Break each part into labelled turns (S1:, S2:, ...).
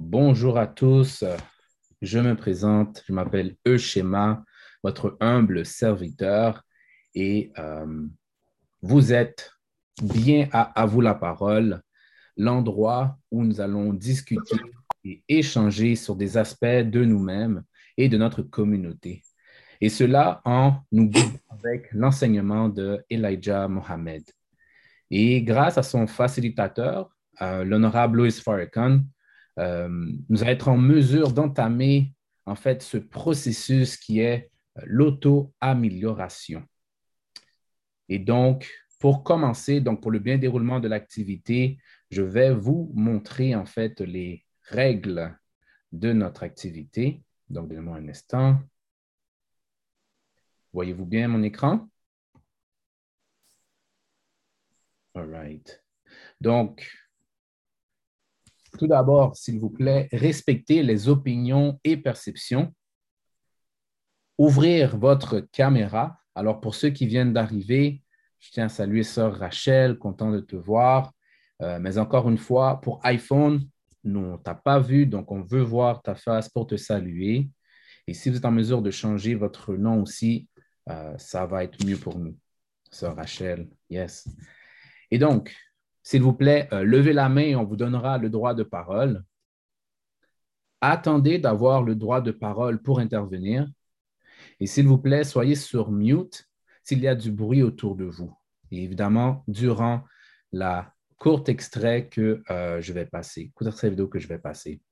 S1: Bonjour à tous, je me présente, je m'appelle Eushema, votre humble serviteur et vous êtes bien à vous la parole, l'endroit où nous allons discuter et échanger sur des aspects de nous-mêmes et de notre communauté. Et cela en nous guidant avec l'enseignement de Elijah Mohammed. Et grâce à son facilitateur, l'honorable Louis Farrakhan, nous allons être en mesure d'entamer en fait ce processus qui est l'auto-amélioration. Et donc, pour commencer, donc pour le bien déroulement de l'activité, je vais vous montrer en fait les règles de notre activité. Donc, donnez-moi un instant. Voyez-vous bien mon écran? All right. Donc, tout d'abord, s'il vous plaît, respectez les opinions et perceptions. Ouvrir votre caméra. Alors, pour ceux qui viennent d'arriver, je tiens à saluer Sœur Rachel, content de te voir. Mais encore une fois, pour iPhone, nous, on ne t'a pas vu, donc on veut voir ta face pour te saluer. Et si vous êtes en mesure de changer votre nom aussi, ça va être mieux pour nous. Sœur Rachel, yes. Et donc, s'il vous plaît, levez la main et on vous donnera le droit de parole. Attendez d'avoir le droit de parole pour intervenir. Et s'il vous plaît, soyez sur mute s'il y a du bruit autour de vous. Et évidemment, durant la courte extrait que je vais passer, courte extrait vidéo que je vais passer.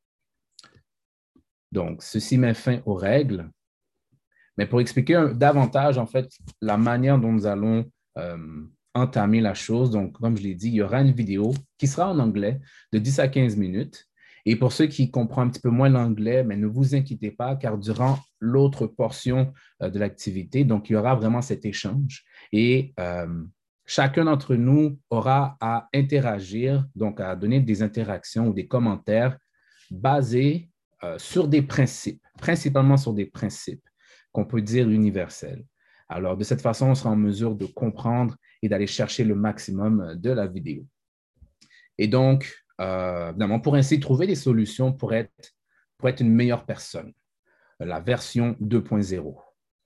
S1: Donc, ceci met fin aux règles. Mais pour expliquer davantage, en fait, la manière dont nous allons entamer la chose, donc, comme je l'ai dit, il y aura une vidéo qui sera en anglais de 10 à 15 minutes. Et pour ceux qui comprennent un petit peu moins l'anglais, mais ne vous inquiétez pas, car durant l'autre portion de l'activité, donc il y aura vraiment cet échange. Et chacun d'entre nous aura à interagir, donc à donner des interactions ou des commentaires basés sur des principes, principalement sur des principes qu'on peut dire universels. Alors, de cette façon, on sera en mesure de comprendre et d'aller chercher le maximum de la vidéo. Et donc, évidemment, pour ainsi trouver des solutions pour être une meilleure personne, la version 2.0.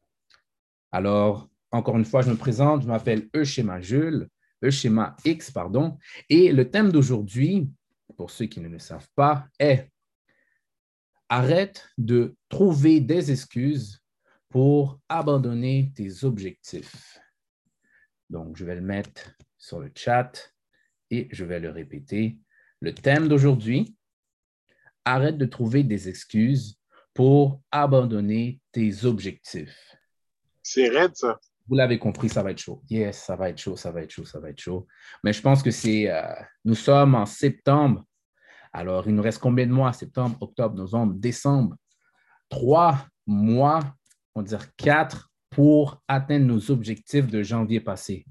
S1: Alors, encore une fois, je me présente, je m'appelle Eushema Jules, Eushema X, pardon, et le thème d'aujourd'hui, pour ceux qui ne le savent pas, est arrête de trouver des excuses pour abandonner tes objectifs. Donc, je vais le mettre sur le chat et je vais le répéter. Le thème d'aujourd'hui, arrête de trouver des excuses pour abandonner tes objectifs.
S2: C'est raide, ça.
S1: Vous l'avez compris, ça va être chaud. Yes, ça va être chaud, ça va être chaud, ça va être chaud. Mais je pense que nous sommes en septembre. Alors, il nous reste combien de mois? Septembre, octobre, novembre, décembre. 3 mois, on va dire 4, pour atteindre nos objectifs de janvier passé.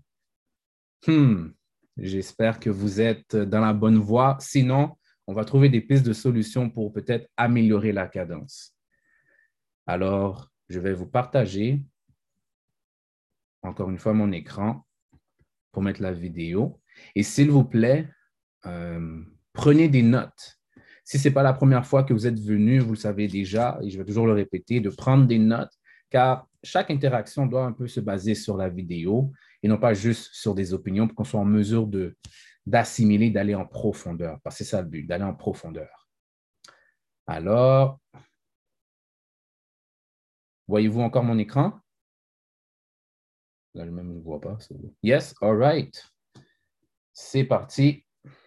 S1: J'espère que vous êtes dans la bonne voie. Sinon, on va trouver des pistes de solutions pour peut-être améliorer la cadence. Alors, je vais vous partager encore une fois mon écran pour mettre la vidéo. Et s'il vous plaît, prenez des notes. Si ce n'est pas la première fois que vous êtes venu, vous le savez déjà, et je vais toujours le répéter, de prendre des notes, car chaque interaction doit un peu se baser sur la vidéo et non pas juste sur des opinions pour qu'on soit en mesure d'assimiler, d'aller en profondeur, parce que c'est ça le but, d'aller en profondeur. Alors, voyez-vous encore mon écran? Là, je ne vois pas. Yes, all right. C'est parti.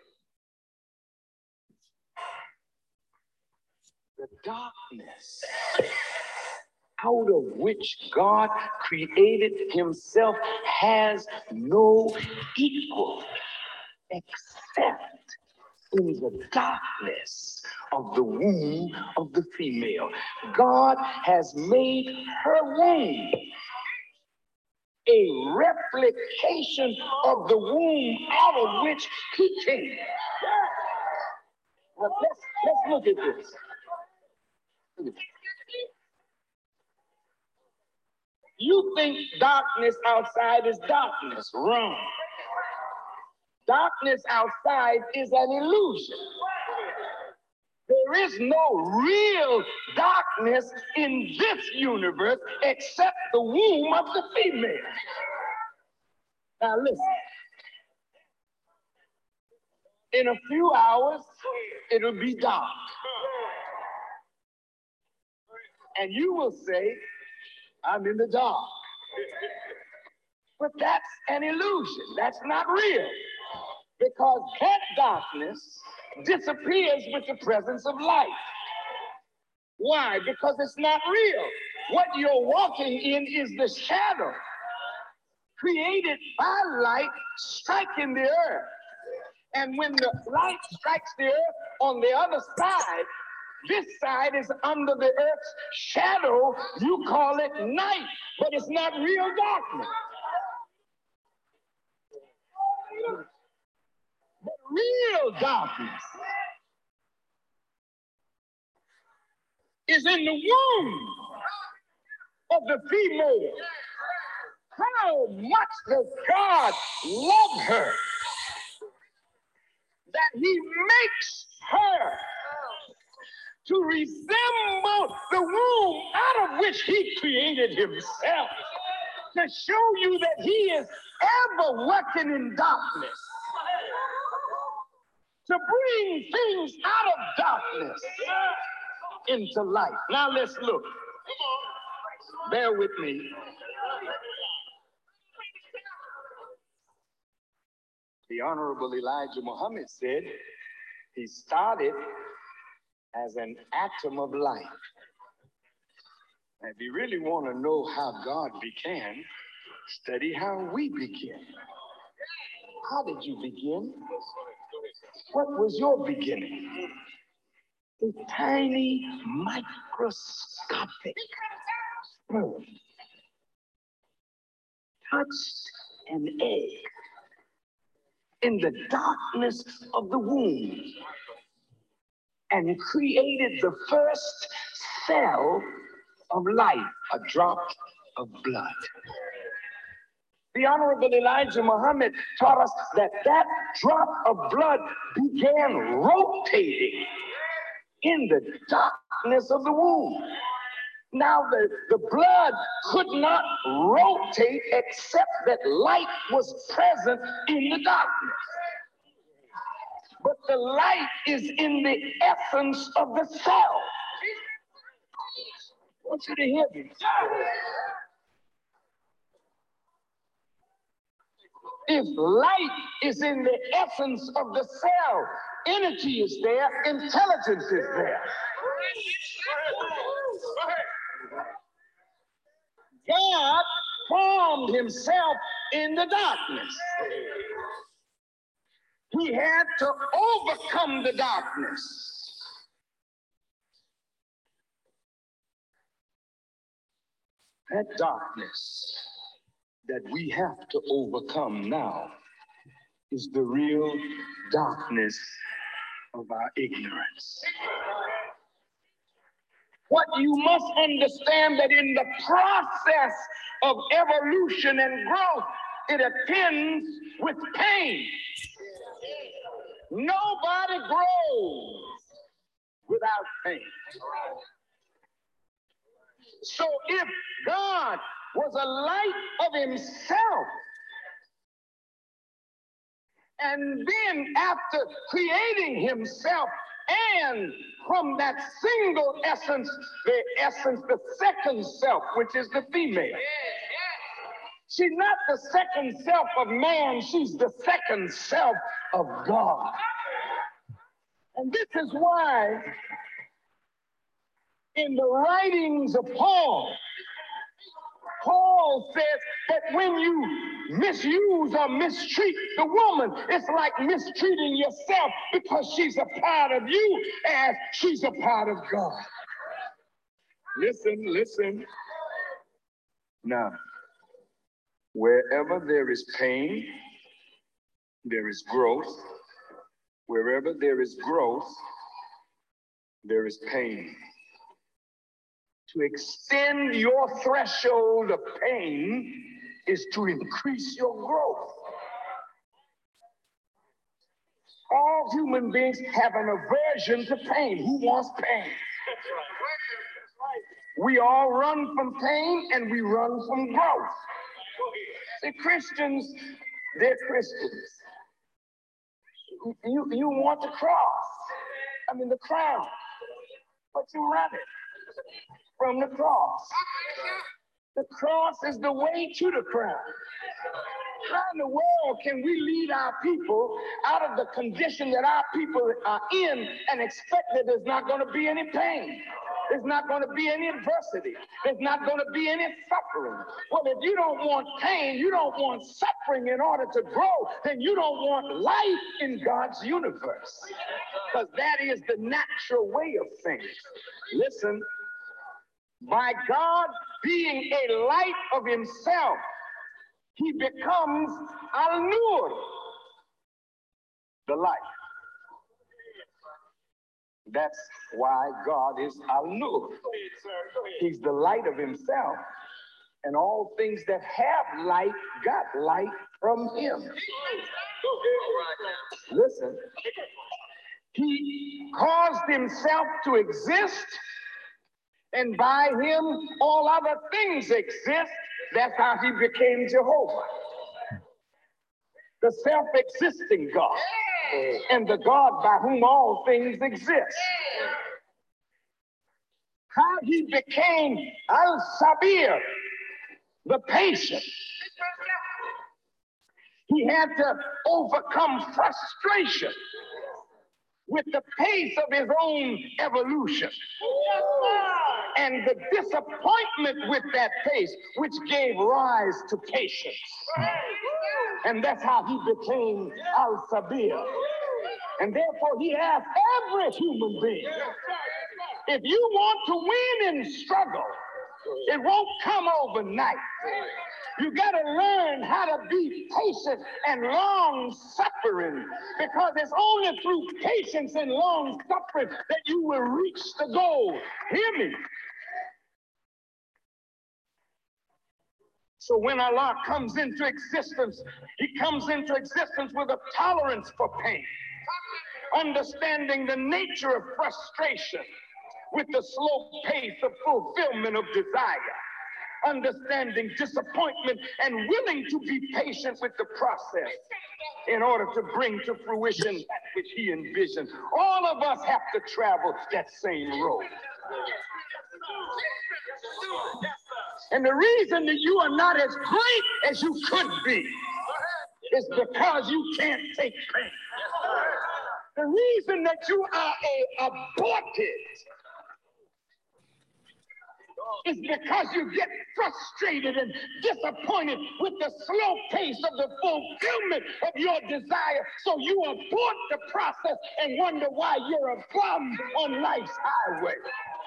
S3: The darkness out of which God created himself has no equal except in the darkness of the womb of the female. God has made her womb a replication of the womb out of which he came. Now, let's look at this. You think darkness outside is darkness. Wrong. Darkness outside is an illusion. There There is no real darkness in this universe except the womb of the female. Now listen. In a few hours, it'll be dark. And you will say, I'm in the dark. But that's an illusion. That's not real. Because that darkness disappears with the presence of light. Why? Because it's not real. What you're walking in is the shadow created by light striking the earth. And when the light strikes the earth on the other side, this side is under the earth's shadow. You call it night, but it's not real darkness. But real darkness is in the womb of the female. How much does God love her that he makes her to resemble the womb out of which he created himself, to show you that he is ever working in darkness, to bring things out of darkness into light. Now let's look. Bear with me. The Honorable Elijah Muhammad said he started as an atom of light. And if you really want to know how God began, study how we begin. How did you begin? What was your beginning? A tiny microscopic sperm touched an egg in the darkness of the womb and created the first cell of life, a drop of blood. The Honorable Elijah Muhammad taught us that that drop of blood began rotating in the darkness of the womb. Now the blood could not rotate except that light was present in the darkness. But the light is in the essence of the cell. I want you to hear me. If light is in the essence of the cell, energy is there, intelligence is there. God formed himself in the darkness. He had to overcome the darkness. That darkness that we have to overcome now is the real darkness of our ignorance. What you must understand that in the process of evolution and growth, it attends with pain. Nobody grows without pain. So if God was a light of himself, and then after creating himself, and from that single essence, the second self, which is the female. She's not the second self of man, she's the second self of God. And this is why in the writings of Paul says that when you misuse or mistreat the woman, it's like mistreating yourself, because she's a part of you as she's a part of God. Listen. Now, wherever there is pain, there is growth. Wherever there is growth, there is pain. To extend your threshold of pain is to increase your growth. All human beings have an aversion to pain. Who wants pain? We all run from pain and we run from growth. The Christians, they're Christians. You want the cross, the crown, but you run it from the cross. The cross is the way to the crown. How in the world can we lead our people out of the condition that our people are in and expect that there's not going to be any pain? There's not going to be any adversity. There's not going to be any suffering. Well, if you don't want pain, you don't want suffering in order to grow, then you don't want life in God's universe. Because that is the natural way of things. Listen, by God being a light of himself, he becomes Al-Nur, the light. That's why God is Al-Nur. He's the light of himself, and all things that have light got light from him. Listen, he caused himself to exist, and by him all other things exist. That's how he became Jehovah, the self-existing God, and the God by whom all things exist. How he became Al-Sabir, the patient. He had to overcome frustration with the pace of his own evolution and the disappointment with that pace, which gave rise to patience. And that's how he became Al-Sabir. And therefore he asked every human being, if you want to win in struggle, it won't come overnight. You got to learn how to be patient and long suffering, because it's only through patience and long suffering that you will reach the goal. Hear me. So when Allah comes into existence, he comes into existence with a tolerance for pain, understanding the nature of frustration with the slow pace of fulfillment of desire, understanding disappointment and willing to be patient with the process in order to bring to fruition that which he envisioned. All of us have to travel that same road. And the reason that you are not as great as you could be is because you can't take pain. The reason that you are aborted is because you get frustrated and disappointed with the slow pace of the fulfillment of your desire. So you abort the process and wonder why you're a bum on life's highway.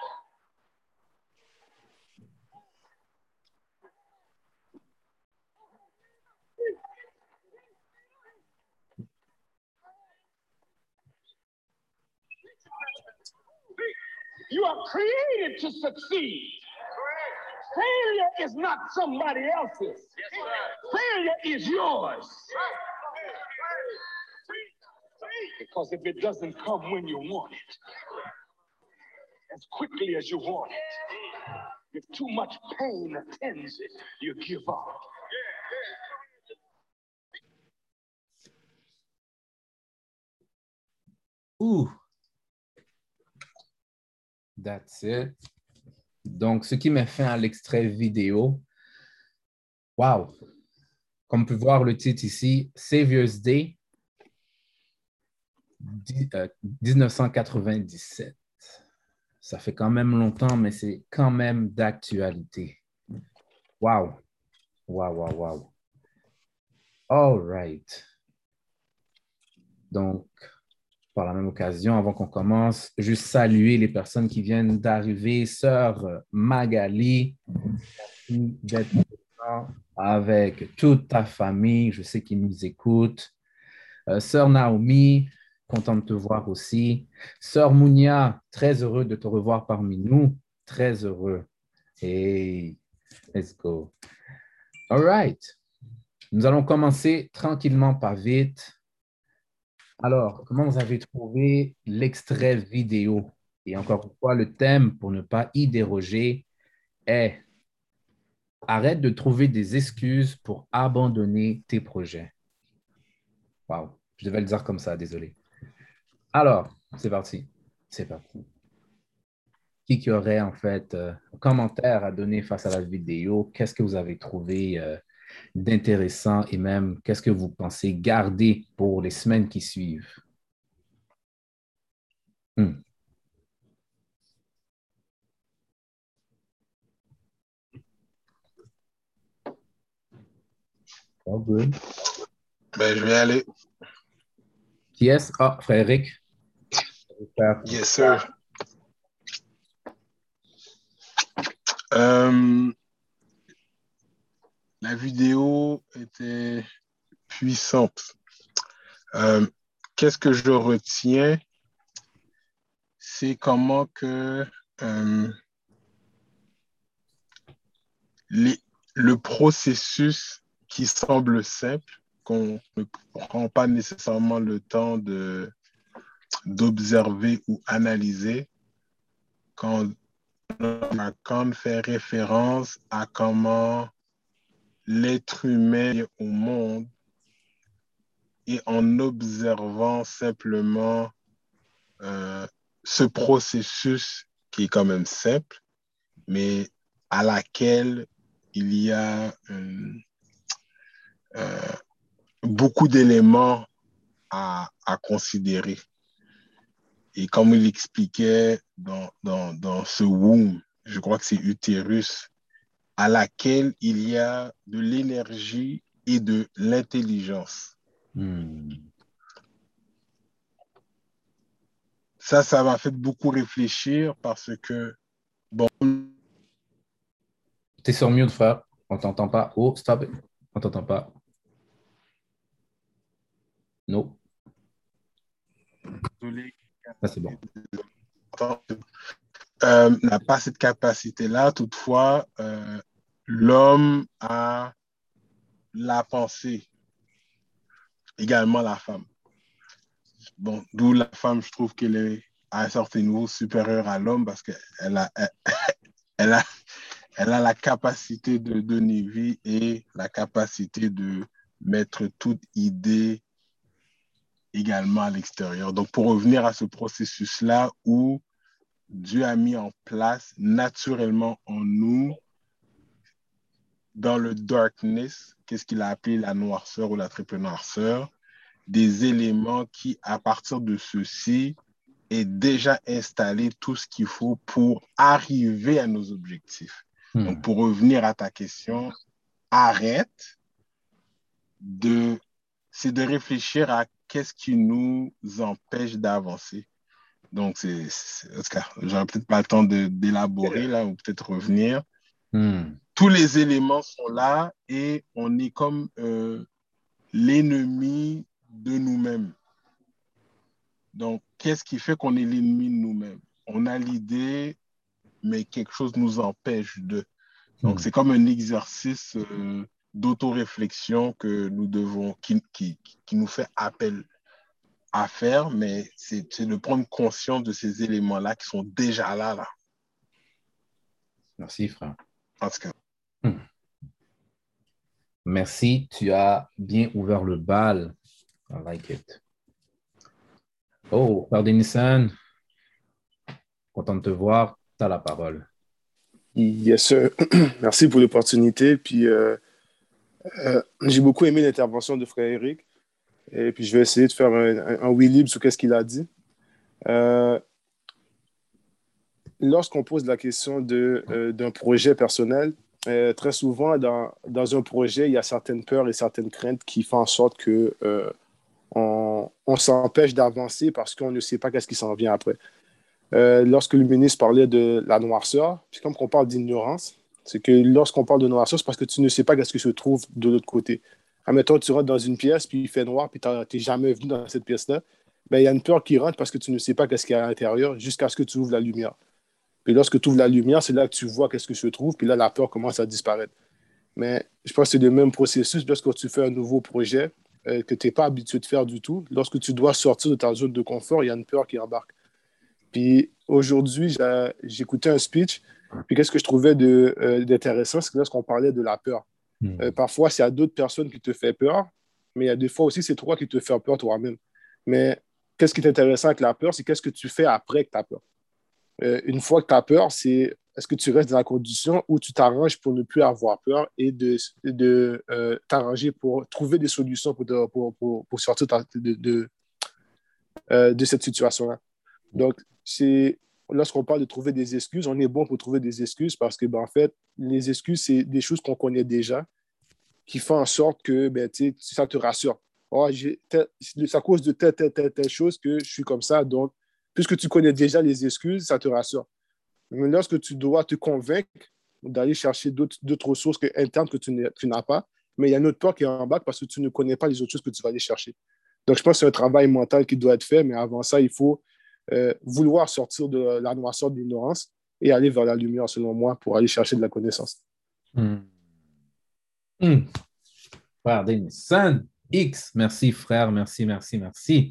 S3: You are created to succeed. Failure is not somebody else's. Failure is yours. Because if it doesn't come when you want it, as quickly as you want it, if too much pain attends it, you give up.
S1: Ouh. That's it. Donc, ce qui met fin à l'extrait vidéo. Wow! Comme on peut voir le titre ici, Savior's Day, 1997. Ça fait quand même longtemps, mais c'est quand même d'actualité. Wow! Wow, wow, wow. All right. Donc, par la même occasion, avant qu'on commence, juste saluer les personnes qui viennent d'arriver. Sœur Magali, merci d'être là avec toute ta famille. Je sais qu'ils nous écoutent. Sœur Naomi, contente de te voir aussi. Sœur Mounia, très heureux de te revoir parmi nous. Très heureux. Hey, let's go. All right. Nous allons commencer tranquillement, pas vite. Alors, comment vous avez trouvé l'extrait vidéo? Et encore une fois, le thème, pour ne pas y déroger, est arrête de trouver des excuses pour abandonner tes projets. Wow, je devais le dire comme ça, désolé. Alors, c'est parti. C'est parti. Qui aurait en fait un commentaire à donner face à la vidéo? Qu'est-ce que vous avez trouvé d'intéressant et même qu'est-ce que vous pensez garder pour les semaines qui suivent? Hmm. All good.
S2: Ben, je vais aller.
S1: Qui est-ce? Ah, frère Eric.
S2: Yes, sir. Euh, la vidéo était puissante. Qu'est-ce que je retiens? C'est comment que euh, les- le processus qui semble simple, qu'on ne prend pas nécessairement le temps d'observer ou analyser, quand Lacan fait référence à comment l'être humain est au monde et en observant simplement euh, ce processus qui est quand même simple, mais à laquelle il y a euh, beaucoup d'éléments à considérer. Et comme il expliquait dans ce womb, je crois que c'est utérus, à laquelle il y a de l'énergie et de l'intelligence.
S1: Hmm.
S2: Ça m'a fait beaucoup réfléchir parce que, bon,
S1: T'es sur mute, frère. On t'entend pas. Oh, stop it. On t'entend pas. Non.
S2: désolé,
S1: Ça, c'est bon.
S2: n'a pas cette capacité-là. Toutefois, l'homme a la pensée, également la femme. Bon, d'où la femme, je trouve qu'elle est à un certain niveau supérieure à l'homme parce qu'elle a, elle a, elle a la capacité de donner vie et la capacité de mettre toute idée également à l'extérieur. Donc, pour revenir à ce processus-là où Dieu a mis en place naturellement en nous, dans le darkness, qu'est-ce qu'il a appelé la noirceur ou la triple noirceur, des éléments qui, à partir de ceci, est déjà installé tout ce qu'il faut pour arriver à nos objectifs. Donc,
S1: Hmm.
S2: pour revenir à ta question, arrête de, c'est de réfléchir à qu'est-ce qui nous empêche d'avancer. Donc, en tout cas, j'aurais peut-être pas le temps d'élaborer là, ou peut-être revenir.
S1: Hmm.
S2: Tous les éléments sont là et on est comme l'ennemi de nous-mêmes. Donc, qu'est-ce qui fait qu'on est l'ennemi de nous-mêmes? On a l'idée, mais quelque chose nous empêche de. Donc,
S1: Hmm.
S2: c'est comme un exercice d'autoréflexion que nous devons, qui nous fait appel à faire, mais c'est de prendre conscience de ces éléments-là qui sont déjà là, là.
S1: Merci, frère.
S2: En tout cas.
S1: Hmm. Merci, tu as bien ouvert le bal. I like it. Oh, frère Denison, content de te voir. Tu as la parole.
S4: Yes, sir. Merci pour l'opportunité. Puis, j'ai beaucoup aimé l'intervention de Frère Eric. Et puis, je vais essayer de faire un oui libre sur ce qu'il a dit. Euh, Lorsqu'on pose la question d'un projet personnel, très souvent, dans un projet, il y a certaines peurs et certaines craintes qui font en sorte que on s'empêche d'avancer parce qu'on ne sait pas qu'est-ce qui s'en vient après. Lorsque le ministre parlait de la noirceur, puis comme on parle d'ignorance, c'est que lorsqu'on parle de noirceur, c'est parce que tu ne sais pas qu'est-ce qui se trouve de l'autre côté. Admettons, tu rentres dans une pièce, puis il fait noir, puis tu n'es jamais venu dans cette pièce-là. Ben, il y a une peur qui rentre parce que tu ne sais pas qu'est-ce qu'il y a à l'intérieur jusqu'à ce que tu ouvres la lumière. Puis lorsque tu ouvres la lumière, c'est là que tu vois qu'est-ce qui se trouve, puis là, la peur commence à disparaître. Mais je pense que c'est le même processus lorsque tu fais un nouveau projet. que tu n'es pas habitué de faire du tout, lorsque tu dois sortir de ta zone de confort, il y a une peur qui embarque. Puis aujourd'hui, j'écoutais un speech, puis qu'est-ce que je trouvais d'intéressant, c'est que lorsqu'on parlait de la peur. Parfois, c'est à d'autres personnes qui te fait peur, mais il y a des fois aussi, c'est toi qui te fais peur toi-même. Mais qu'est-ce qui est intéressant avec la peur, c'est qu'est-ce que tu fais après que tu as peur. Une fois que tu as peur, c'est est-ce que tu restes dans la condition où tu t'arranges pour ne plus avoir peur et de t'arranger pour trouver des solutions pour sortir de cette situation-là. Donc, lorsqu'on parle de trouver des excuses, on est bon pour trouver des excuses parce que, en fait, les excuses, c'est des choses qu'on connaît déjà qui font en sorte que ça te rassure. Oh, c'est à cause de telle chose que je suis comme ça. Donc, puisque tu connais déjà les excuses, ça te rassure. Mais lorsque tu dois te convaincre d'aller chercher d'autres ressources internes que tu n'as pas, mais il y a une autre peur qui est en bas parce que tu ne connais pas les autres choses que tu vas aller chercher. Donc, je pense que c'est un travail mental qui doit être fait, mais avant ça, il faut vouloir sortir de la noirceur de l'ignorance et aller vers la lumière, selon moi, pour aller chercher de la connaissance.
S1: Frère Denison X, merci frère, merci. Tu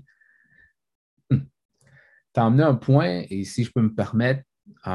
S1: as amené un point, et si je peux me permettre, tu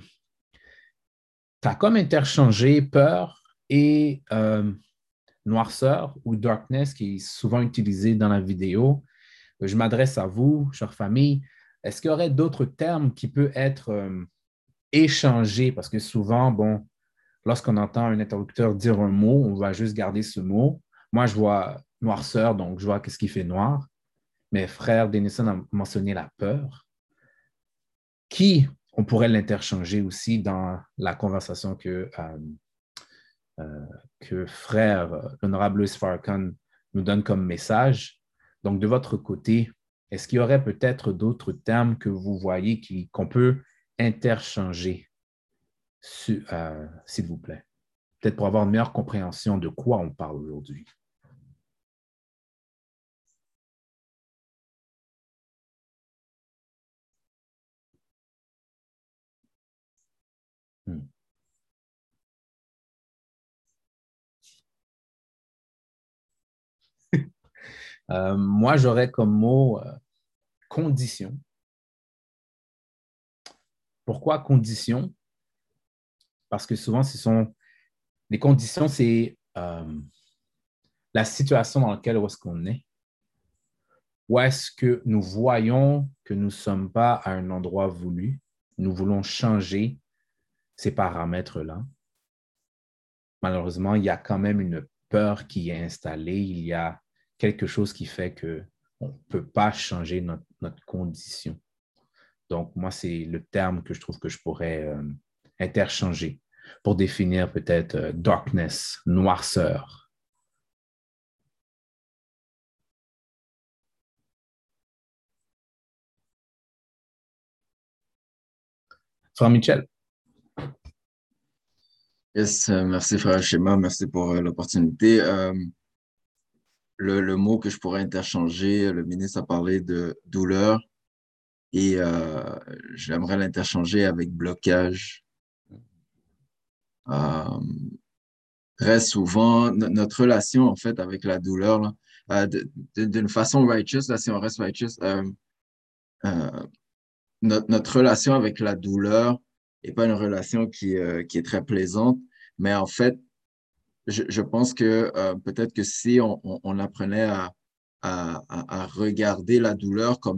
S1: as comme interchangé peur et noirceur ou darkness qui est souvent utilisé dans la vidéo. Je m'adresse à vous, chère famille. Est-ce qu'il y aurait d'autres termes qui peuvent être échangés? Parce que souvent, bon, lorsqu'on entend un interlocuteur dire un mot, on va juste garder ce mot. Moi, je vois noirceur, donc je vois qu'est-ce qui fait noir. Mes frères Denison a mentionné la peur. Qui on pourrait l'interchanger aussi dans la conversation que frère, l'honorable Louis Farrakhan nous donne comme message. Donc, de votre côté, est-ce qu'il y aurait peut-être d'autres termes que vous voyez qu'on peut interchanger, s'il vous plaît? Peut-être pour avoir une meilleure compréhension de quoi on parle aujourd'hui. Moi, j'aurais comme mot condition. Pourquoi condition? Parce que souvent, les conditions, c'est la situation dans laquelle est-ce qu'on est. Ou est-ce que nous voyons que nous ne sommes pas à un endroit voulu? Nous voulons changer ces paramètres-là. Malheureusement, il y a quand même une peur qui est installée. Il y a quelque chose qui fait qu'on ne peut pas changer notre condition. Donc, moi, c'est le terme que je trouve que je pourrais interchanger pour définir peut-être darkness, noirceur. Frère Michel.
S5: Yes, merci frère Schéma, merci pour l'opportunité. Le mot que je pourrais interchanger, le ministre a parlé de douleur et j'aimerais l'interchanger avec blocage. Euh, Très souvent, notre relation en fait avec la douleur, là, d'une façon righteous, là, si on reste righteous, euh, notre relation avec la douleur n'est pas une relation qui est très plaisante, mais en fait, je pense que peut-être que si on apprenait à regarder la douleur comme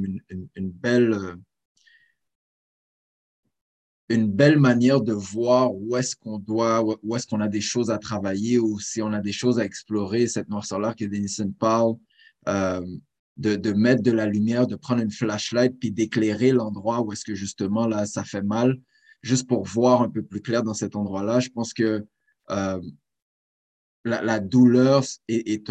S5: une belle manière de voir où est-ce où est-ce qu'on a des choses à travailler ou si on a des choses à explorer, cette noirceur-là que Denison parle, euh, de mettre de la lumière, de prendre une flashlight puis d'éclairer l'endroit où est-ce que justement là, ça fait mal, juste pour voir un peu plus clair dans cet endroit-là. Je pense que la douleur est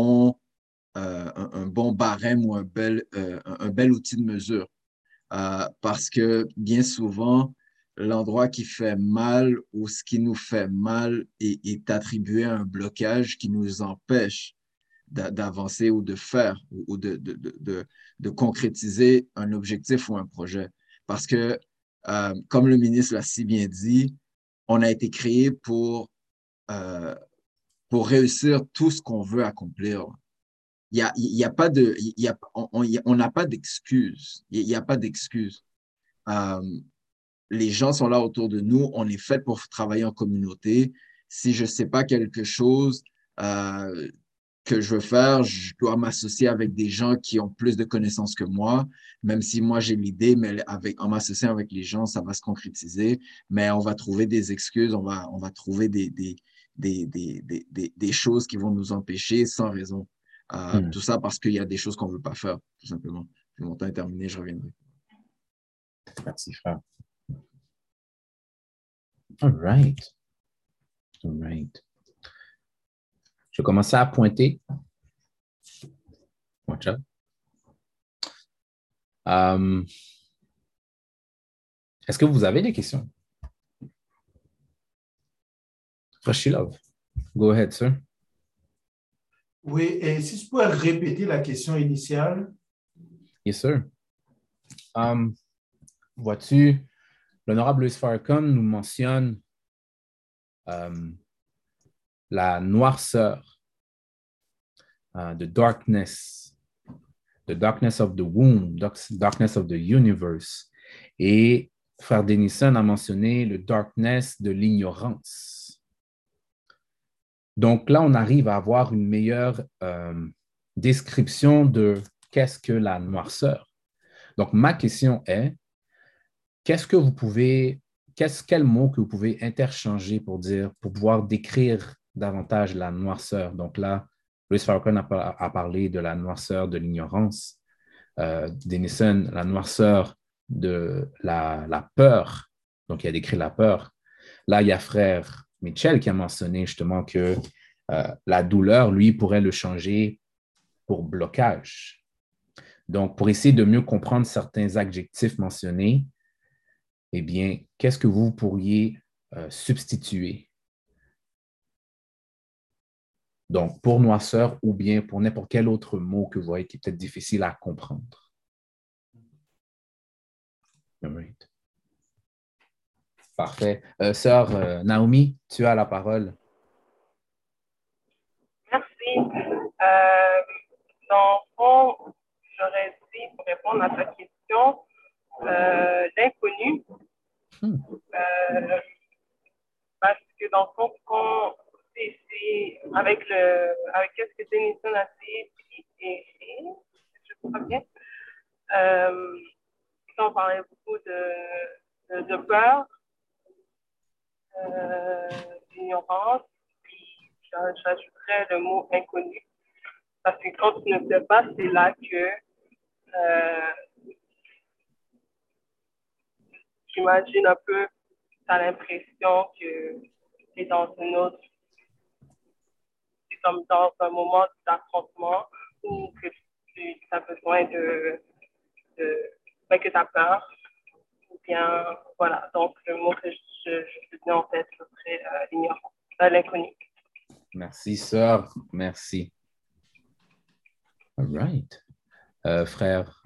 S5: un bon barème ou un bel outil de mesure. Parce que bien souvent, l'endroit qui fait mal ou ce qui nous fait mal est attribué à un blocage qui nous empêche d'avancer ou de faire ou de concrétiser un objectif ou un projet. Parce que, comme le ministre l'a si bien dit, on a été créé pour réussir tout ce qu'on veut accomplir. y a pas de, il y a, on n'a pas d'excuses. Il n'y a pas d'excuses. Euh, les gens sont là autour de nous. On est fait pour travailler en communauté. Si je ne sais pas quelque chose euh, que je veux faire, je dois m'associer avec des gens qui ont plus de connaissances que moi, même si moi j'ai l'idée, mais en m'associant avec les gens, ça va se concrétiser. Mais on va trouver des excuses, on va trouver des choses qui vont nous empêcher sans raison. Tout ça parce qu'il y a des choses qu'on ne veut pas faire, tout simplement. Mon temps est terminé, je reviendrai.
S1: Merci, frère. All right. All right. Je vais commencer à pointer. Watch out. Est-ce que vous avez des questions? Fresh Love. Go ahead, sir.
S6: Oui, et si tu peux répéter la question initiale?
S1: Yes, sir. Vois-tu, l'honorable Louis Farrakhan nous mentionne la noirceur, the darkness of the womb, darkness of the universe. Et Frère Denison a mentionné le darkness de l'ignorance. Donc là, on arrive à avoir une meilleure description de qu'est-ce que la noirceur. Donc, ma question est, quel mot que vous pouvez interchanger pour pouvoir décrire davantage la noirceur? Donc là, Louis Farrakhan a parlé de la noirceur de l'ignorance. Denison, la noirceur de la peur. Donc, il a décrit la peur. Là, il y a frère Mitchell qui a mentionné justement que la douleur, lui, pourrait le changer pour blocage. Donc, pour essayer de mieux comprendre certains adjectifs mentionnés, eh bien, qu'est-ce que vous pourriez substituer? Donc, pour noirceur ou bien pour n'importe quel autre mot que vous voyez qui est peut-être difficile à comprendre. All right. Parfait. Sœur Naomi, tu as la parole.
S7: Merci. Dans le fond, j'aurais dit, pour répondre à ta question, l'inconnu. Parce que dans le fond, c'est avec ce que Denison a dit, et je crois bien, on parlait beaucoup de peur, d'ignorance, puis j'ajouterais le mot inconnu. Parce que quand tu ne sais pas, c'est là que j'imagine un peu, tu as l'impression que tu es dans une autre, c'est comme dans un moment d'affrontement où que tu as besoin que tu as peur. Ou bien, voilà, donc le mot que je tenais en tête, ce serait l'ignorance, l'inconnu.
S1: Merci, sœur. Merci. All right. Frère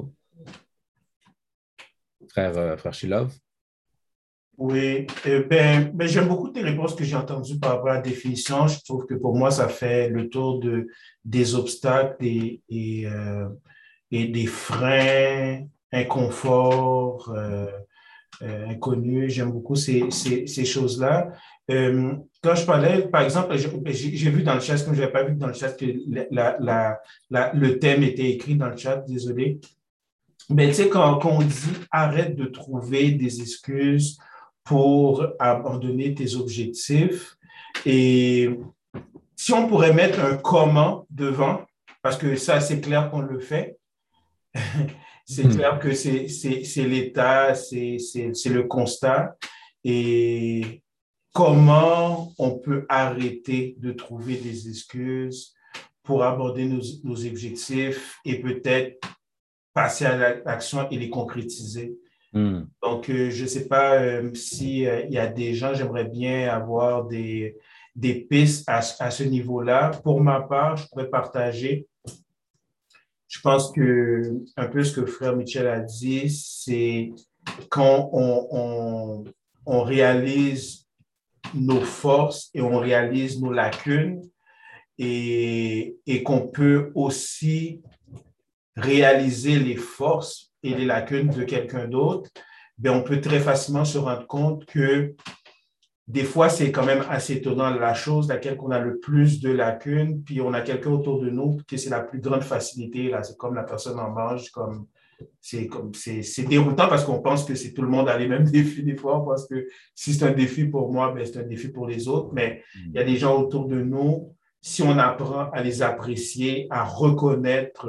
S1: Shilov.
S6: Oui, ben, j'aime beaucoup tes réponses que j'ai entendues par rapport à la définition. Je trouve que pour moi, ça fait le tour des obstacles et des freins, inconforts, inconnus. J'aime beaucoup ces choses-là. Quand je parlais, par exemple, j'ai vu dans le chat, comme je n'avais pas vu dans le chat, que le thème était écrit dans le chat, désolé. Mais tu sais, quand on dit arrête de trouver des excuses pour abandonner tes objectifs, et si on pourrait mettre un comment devant, parce que ça, c'est clair qu'on le fait, c'est clair que c'est l'état, c'est le constat, et comment on peut arrêter de trouver des excuses pour aborder nos objectifs et peut-être passer à l'action et les concrétiser. Donc, je ne sais pas s'il y a des gens, j'aimerais bien avoir des pistes à ce niveau-là. Pour ma part, je pourrais partager. Je pense que un peu ce que frère Mitchell a dit, c'est quand on réalise nos forces et on réalise nos lacunes et qu'on peut aussi réaliser les forces et les lacunes de quelqu'un d'autre, ben on peut très facilement se rendre compte que des fois, c'est quand même assez étonnant la chose laquelle on a le plus de lacunes, puis on a quelqu'un autour de nous que c'est la plus grande facilité, là, c'est comme la personne en mange, c'est déroutant parce qu'on pense que c'est tout le monde a les mêmes défis des fois, parce que si c'est un défi pour moi, ben c'est un défi pour les autres, mais il y a des gens autour de nous, si on apprend à les apprécier, à reconnaître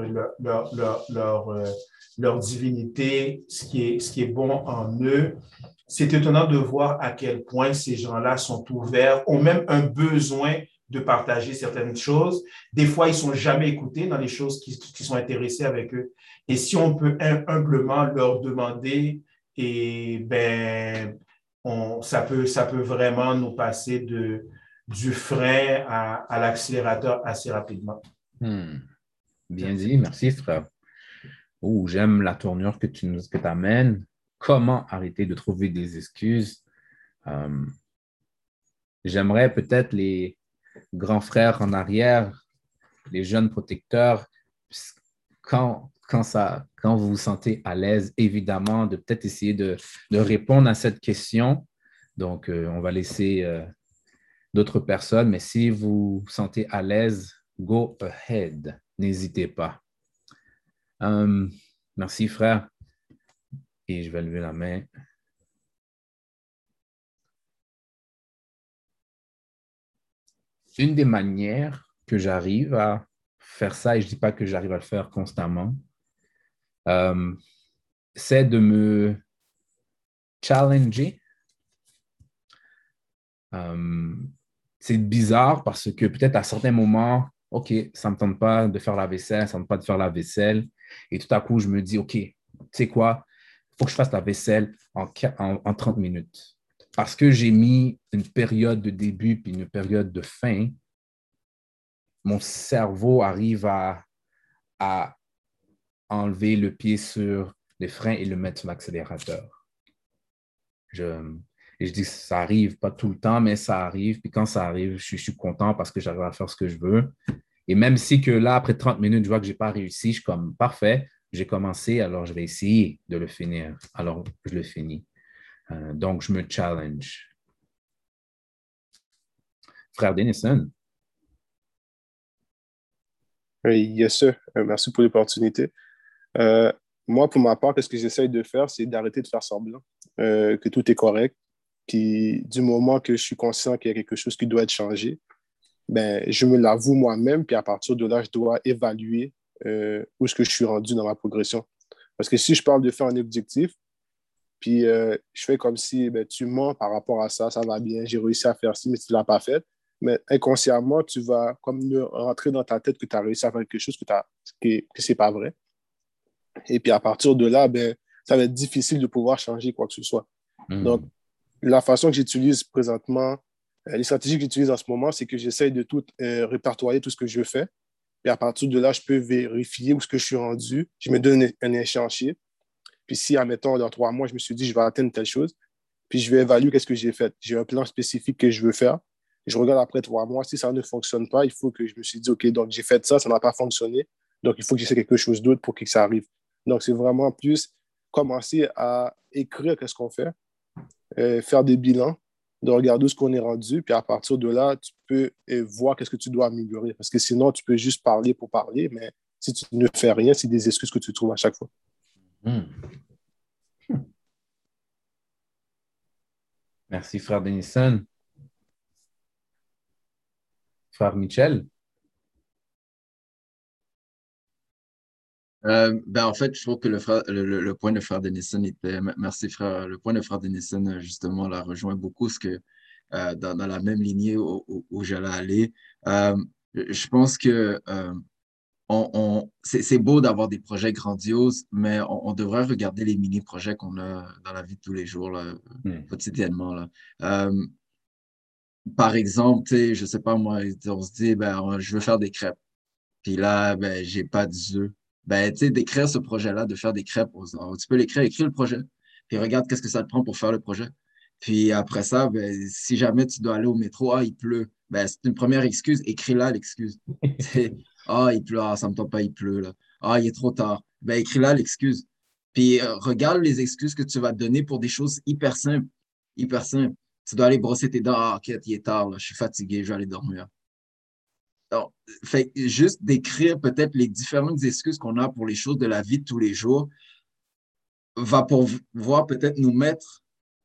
S6: leur divinité, ce qui est bon en eux, c'est étonnant de voir à quel point ces gens-là sont ouverts, ont même un besoin de partager certaines choses. Des fois, ils ne sont jamais écoutés dans les choses qui sont intéressées avec eux. Et si on peut humblement leur demander, et ben, ça peut vraiment nous passer du frein à l'accélérateur assez rapidement.
S1: Bien dit, merci frère. Oh, j'aime la tournure que tu amènes. Comment arrêter de trouver des excuses? J'aimerais peut-être les grands frères en arrière, les jeunes protecteurs, quand vous vous sentez à l'aise, évidemment, de peut-être essayer de répondre à cette question. Donc, on va laisser d'autres personnes, mais si vous vous sentez à l'aise, go ahead, n'hésitez pas. Merci, frère. Et je vais lever la main. Une des manières que j'arrive à faire ça, et je ne dis pas que j'arrive à le faire constamment, c'est de me challenger. C'est bizarre parce que peut-être à certains moments, OK, ça ne me tente pas de faire la vaisselle, ça ne me tente pas de faire la vaisselle. Et tout à coup, je me dis, OK, tu sais quoi, il faut que je fasse la vaisselle en 30 minutes. Parce que j'ai mis une période de début puis une période de fin, mon cerveau arrive à enlever le pied sur les freins et le mettre sur l'accélérateur. Et je dis que ça arrive pas tout le temps, mais ça arrive. Puis quand ça arrive, je suis content parce que j'arrive à faire ce que je veux. Et même si que là, après 30 minutes, je vois que je n'ai pas réussi, je suis comme parfait, j'ai commencé, alors je vais essayer de le finir. Alors, je le finis. Donc, je me challenge. Frère Denison.
S4: Oui, yes, sir. Merci pour l'opportunité. Moi, pour ma part, ce que j'essaye de faire, c'est d'arrêter de faire semblant que tout est correct. Puis, du moment que je suis conscient qu'il y a quelque chose qui doit être changé, ben, je me l'avoue moi-même, puis à partir de là, je dois évaluer où est-ce que je suis rendu dans ma progression. Parce que si je parle de faire un objectif, puis je fais comme si ben, tu mens par rapport à ça, ça va bien, j'ai réussi à faire ci, mais tu ne l'as pas fait. Mais inconsciemment, tu vas comme rentrer dans ta tête que tu as réussi à faire quelque chose que ce n'est pas vrai. Et puis à partir de là, ben, ça va être difficile de pouvoir changer quoi que ce soit. Donc, la façon que j'utilise présentement, les stratégies que j'utilise en ce moment, c'est que j'essaye de tout répertorier tout ce que je fais. Et à partir de là, je peux vérifier où est-ce que je suis rendu. Je me donne un échéancier. Puis si, admettons, dans 3 mois, je me suis dit, je vais atteindre telle chose, puis je vais évaluer qu'est-ce que j'ai fait. J'ai un plan spécifique que je veux faire. Je regarde après 3 mois. Si ça ne fonctionne pas, il faut que je me suis dit, OK, donc j'ai fait ça, ça n'a pas fonctionné. Donc, il faut que j'essaie quelque chose d'autre pour que ça arrive. Donc, c'est vraiment plus commencer à écrire qu'est-ce qu'on fait, faire des bilans, de regarder où ce qu'on est rendu, puis à partir de là, tu peux voir qu'est-ce que tu dois améliorer. Parce que sinon, tu peux juste parler pour parler, mais si tu ne fais rien, c'est des excuses que tu trouves à chaque fois.
S1: Merci, frère Denison. Frère Michel.
S5: En fait, je trouve que le point de frère Denison était. Merci, frère. Le point de frère Denison, justement, là, rejoint beaucoup ce que dans la même lignée où j'allais aller. Je pense que c'est beau d'avoir des projets grandioses, mais on devrait regarder les mini-projets qu'on a dans la vie de tous les jours, là, quotidiennement. Là. Par exemple, je ne sais pas, moi, on se dit, ben, je veux faire des crêpes. Puis là, ben, j'ai pas d'œufs. Ben, tu sais, d'écrire ce projet-là, de faire des crêpes, tu peux l'écrire, écrire le projet, puis regarde qu'est-ce que ça te prend pour faire le projet. Puis après ça, ben, si jamais tu dois aller au métro, ah, il pleut. Ben, c'est une première excuse. Écris-la l'excuse. Ah, il pleut, ah, ça me tombe pas, il pleut là. Ah, il est trop tard. Ben, écris-la l'excuse. Puis regarde les excuses que tu vas te donner pour des choses hyper simples. Hyper simples. Tu dois aller brosser tes dents. Ah, ok, il est tard, là, je suis fatigué, je vais aller dormir. Alors, fait juste d'écrire peut-être les différentes excuses qu'on a pour les choses de la vie de tous les jours va pouvoir peut-être nous mettre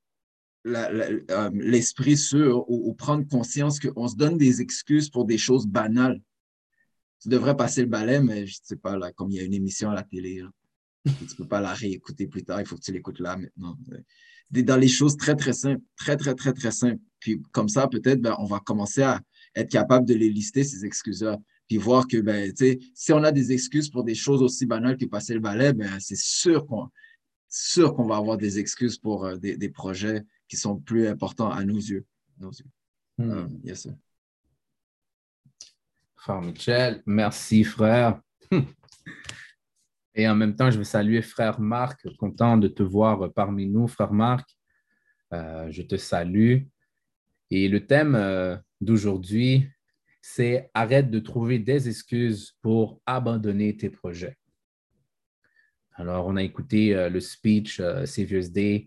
S5: l'esprit sur ou prendre conscience qu'on se donne des excuses pour des choses banales. Tu devrais passer le balai, mais je ne sais pas, là, comme il y a une émission à la télé, là, tu ne peux pas la réécouter plus tard, il faut que tu l'écoutes là maintenant. Dans les choses très, très simples, très, très, très, très simples. Puis comme ça, peut-être, ben, on va commencer à être capable de les lister, ces excuses-là. Puis voir que, ben, si on a des excuses pour des choses aussi banales que passer le balai, ben, c'est sûr qu'on va avoir des excuses pour des projets qui sont plus importants à nos yeux. Yes, sir.
S1: Frère Michel, merci frère. Et en même temps, je veux saluer frère Marc, content de te voir parmi nous, frère Marc. Je te salue. Et le thème d'aujourd'hui, c'est arrête de trouver des excuses pour abandonner tes projets. Alors, on a écouté le speech Savior's Day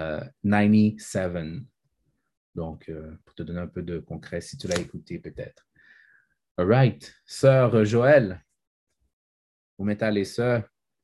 S1: 97. Donc, pour te donner un peu de concret, si tu l'as écouté peut-être. All right. Sœur Joël, vous mettez à les sœurs.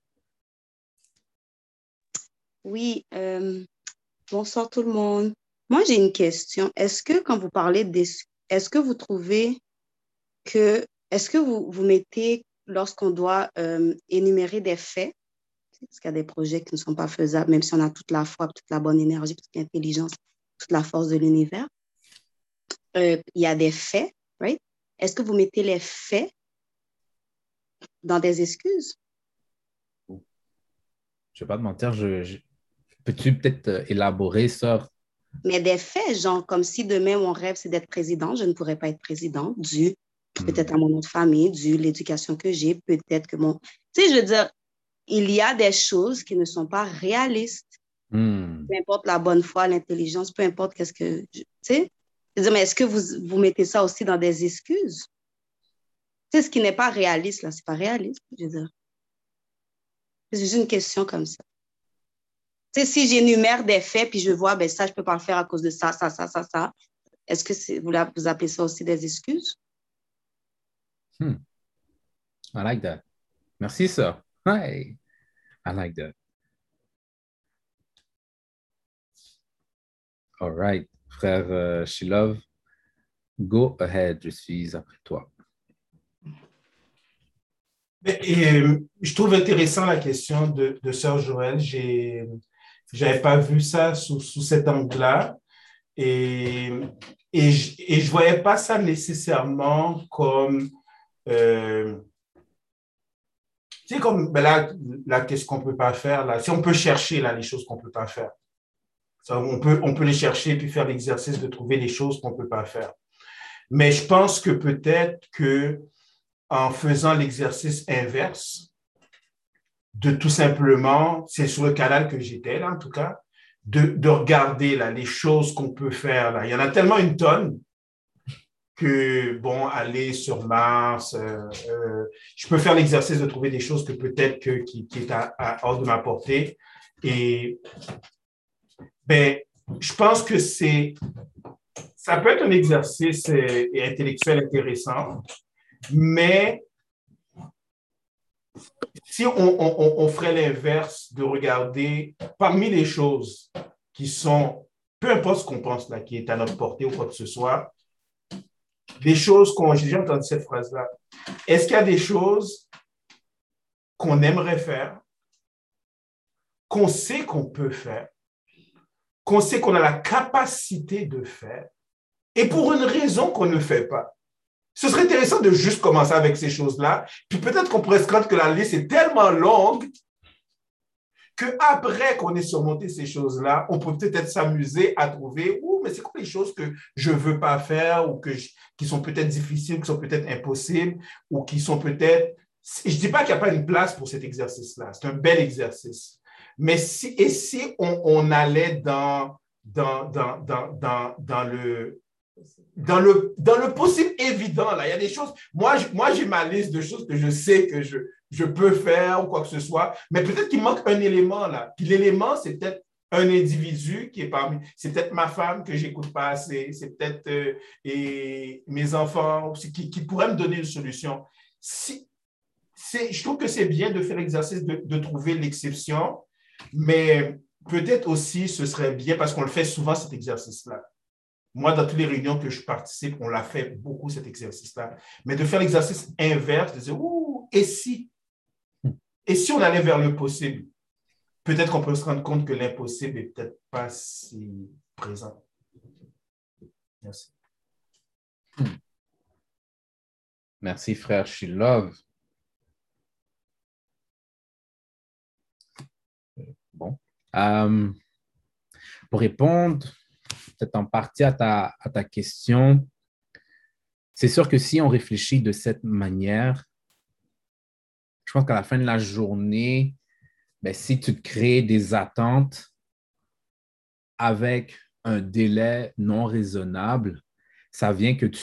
S8: Oui, bonsoir tout le monde. Moi, j'ai une question. Est-ce que quand vous parlez est-ce que vous trouvez est-ce que vous mettez, lorsqu'on doit énumérer des faits, parce qu'il y a des projets qui ne sont pas faisables, même si on a toute la foi, toute la bonne énergie, toute l'intelligence, toute la force de l'univers, il y a des faits, right? Est-ce que vous mettez les faits dans des excuses?
S1: Je ne vais pas te mentir, peux-tu peut-être élaborer ça?
S8: Mais des faits, genre comme si demain mon rêve c'est d'être président, je ne pourrais pas être président dû peut-être à mon nom de famille, dû l'éducation que j'ai, peut-être que mon... Tu sais, je veux dire, il y a des choses qui ne sont pas réalistes. Peu importe la bonne foi, l'intelligence, peu importe qu'est-ce que... Tu sais, je veux dire, mais est-ce que vous mettez ça aussi dans des excuses? Tu sais, ce qui n'est pas réaliste, là, c'est pas réaliste, je veux dire. C'est juste une question comme ça. Tu sais, si j'énumère des faits, puis je vois, ben ça, je ne peux pas le faire à cause de ça, ça, ça, ça, ça. Est-ce que vous appelez ça aussi des excuses?
S1: I like that. Merci, sir. Hey, I like that. All right. Frère Shilov, go ahead. Je suis après toi.
S6: Je trouve intéressant la question de sœur Joël. J'avais pas vu ça sous cet angle-là et je voyais pas ça nécessairement comme c'est comme ben là qu'est-ce qu'on peut pas faire là, si on peut chercher là les choses qu'on peut pas faire, ça, on peut les chercher puis faire l'exercice de trouver les choses qu'on peut pas faire, mais je pense que peut-être que en faisant l'exercice inverse de tout simplement, c'est sur le canal que j'étais là en tout cas, de regarder là les choses qu'on peut faire là. Il y en a tellement une tonne que, bon, aller sur Mars, je peux faire l'exercice de trouver des choses que peut-être qui est hors de ma portée. Et ben, je pense que ça peut être un exercice intellectuel intéressant, mais si on ferait l'inverse de regarder parmi les choses qui sont, peu importe ce qu'on pense là, qui est à notre portée ou quoi que ce soit, des choses j'ai déjà entendu cette phrase-là. Est-ce qu'il y a des choses qu'on aimerait faire, qu'on sait qu'on peut faire, qu'on sait qu'on a la capacité de faire, et pour une raison qu'on ne fait pas? Ce serait intéressant de juste commencer avec ces choses-là, puis peut-être qu'on pourrait se rendre que la liste est tellement longue qu'après qu'on ait surmonté ces choses-là, on peut peut-être s'amuser à trouver mais c'est quoi les choses que je ne veux pas faire ou qui sont peut-être difficiles, qui sont peut-être impossibles ou qui sont peut-être... Je ne dis pas qu'il n'y a pas une place pour cet exercice-là. C'est un bel exercice. Mais si on allait dans dans le possible évident. Là. Il y a des choses, moi j'ai ma liste de choses que je sais que je peux faire ou quoi que ce soit, mais peut-être qu'il manque un élément là. Puis l'élément, c'est peut-être un individu qui est parmi, c'est peut-être ma femme que j'écoute pas assez, c'est peut-être mes enfants qui pourraient me donner une solution. Je trouve que c'est bien de faire l'exercice de trouver l'exception, mais peut-être aussi ce serait bien, parce qu'on le fait souvent cet exercice-là. Moi, dans toutes les réunions que je participe, on l'a fait beaucoup cet exercice-là. Mais de faire l'exercice inverse, de dire, ouh, et si on allait vers le possible? Peut-être qu'on peut se rendre compte que l'impossible n'est peut-être pas si présent. Merci.
S1: Merci, frère Shilov. Bon. Pour répondre peut-être en partie à ta question, c'est sûr que si on réfléchit de cette manière, je pense qu'à la fin de la journée, ben, si tu te crées des attentes avec un délai non raisonnable, ça vient que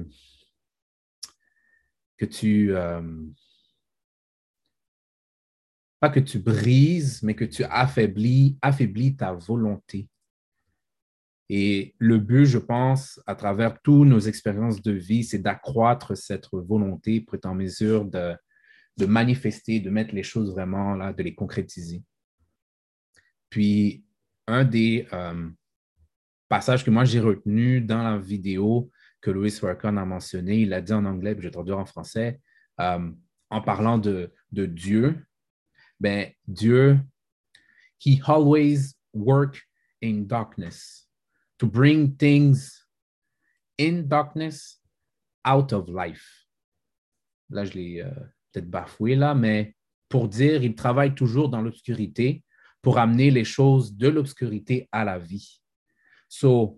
S1: pas que tu brises, mais que tu affaiblis ta volonté. Et le but, je pense, à travers toutes nos expériences de vie, c'est d'accroître cette volonté pour être en mesure de manifester, de mettre les choses vraiment là, de les concrétiser. Puis, un des passages que moi j'ai retenu dans la vidéo que Louis Farrakhan a mentionné, il l'a dit en anglais, puis je vais traduire en français, en parlant de Dieu, ben, Dieu, he always work in darkness to bring things in darkness out of life. Là, je l'ai peut-être bafoué là, mais pour dire, il travaille toujours dans l'obscurité pour amener les choses de l'obscurité à la vie. So,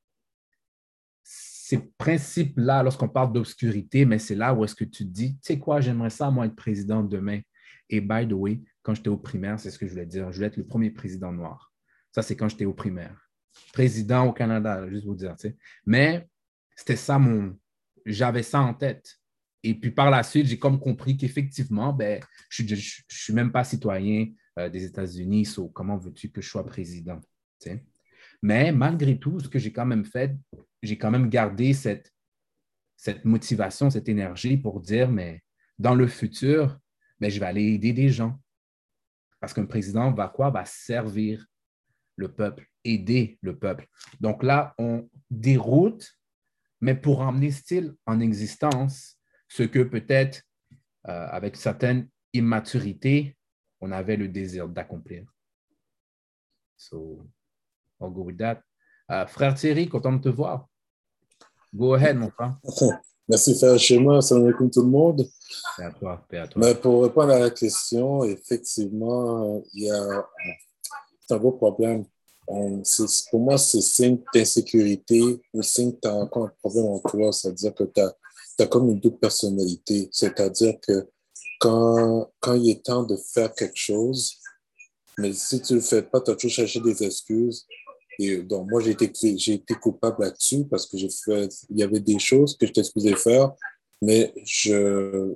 S1: ces principes-là, lorsqu'on parle d'obscurité, mais c'est là où est-ce que tu te dis, tu sais quoi, j'aimerais ça, moi, être président demain. Et by the way, quand j'étais au primaire, c'est ce que je voulais dire, je voulais être le premier président noir. Ça, c'est quand j'étais au primaire. Président au Canada, juste vous dire, tu sais. Mais c'était ça j'avais ça en tête. Et puis par la suite, j'ai comme compris qu'effectivement, ben, je ne suis même pas citoyen des États-Unis, so comment veux-tu que je sois président? Tu sais? Mais malgré tout, ce que j'ai quand même fait, j'ai quand même gardé cette motivation, cette énergie pour dire, mais dans le futur, ben, je vais aller aider des gens. Parce qu'un président va quoi? Va servir le peuple, aider le peuple. Donc là, on déroute, mais pour emmener style en existence ce que peut-être, avec certaine immaturité, on avait le désir d'accomplir. So, I'll go with that. Frère Thierry, content de te voir. Go ahead, mon frère.
S9: Merci, frère Shema. Salam alaikum tout le monde.
S1: Paix à toi, paix à toi.
S9: Mais pour répondre à la question, effectivement, c'est un gros problème. Pour moi, c'est signe d'insécurité ou signe que tu as encore un problème en toi. C'est-à-dire que tu as comme une double personnalité. C'est-à-dire que quand il est temps de faire quelque chose, mais si tu ne le fais pas, tu as toujours cherché des excuses. Et donc, moi, j'ai été coupable là-dessus parce que il y avait des choses que j'étais supposé faire, mais je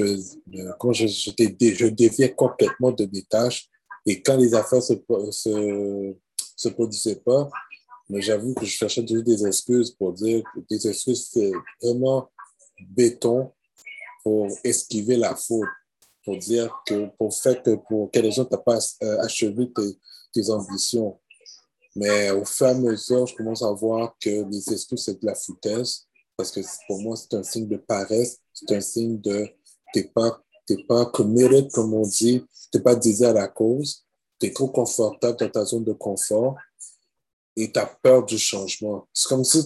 S9: déviais complètement de mes tâches. Et quand les affaires se produisaient pas, mais j'avoue que je cherchais toujours des excuses pour dire, des excuses vraiment béton pour esquiver la faute, pour dire que pour quelle raison tu n'as pas achevé tes ambitions. Mais au fur et à mesure, je commence à voir que les excuses, c'est de la foutaise, parce que pour moi, c'est un signe de paresse, c'est un signe de t'es pas committed, comme on dit, t'es pas dédié à la cause, t'es trop confortable dans ta zone de confort et t'as peur du changement. C'est comme si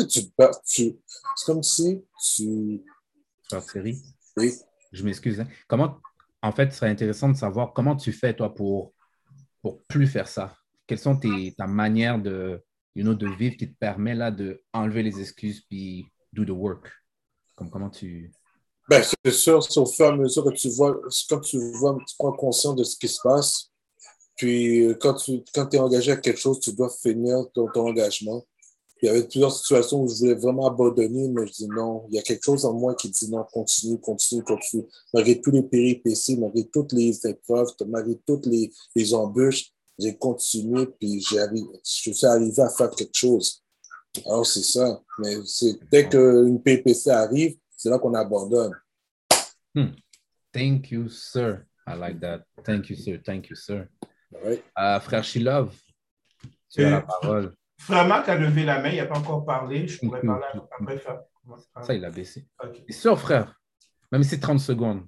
S9: tu...
S1: Thierry?
S9: Oui.
S1: Je m'excuse. Hein. En fait, ce serait intéressant de savoir comment tu fais, toi, pour plus faire ça. Quelles sont ta manière de vivre qui te permet là d'enlever les excuses puis do the work? Comment tu...
S9: Ben, c'est sûr, c'est au fur et à mesure que tu prends conscience de ce qui se passe, Puis, quand tu es engagé à quelque chose, tu dois finir ton engagement. Puis, il y avait plusieurs situations où je voulais vraiment abandonner, mais je dis non. Il y a quelque chose en moi qui dit non, continue, continue, continue. Malgré tous les péripéties, malgré toutes les épreuves, malgré toutes les embûches, j'ai continué, puis je suis arrivé à faire quelque chose. Alors, c'est ça. Mais dès qu'une péripétie arrive, c'est là qu'on abandonne.
S1: Thank you, sir. I like that. Thank you, sir. Thank you, sir.
S9: Right.
S1: Frère Shilov, tu as la parole.
S6: Frère Marc a levé la main, il n'a pas encore parlé. Je pourrais parler après.
S1: Ça, il a baissé. Okay. C'est sûr, frère. Même si c'est 30 secondes.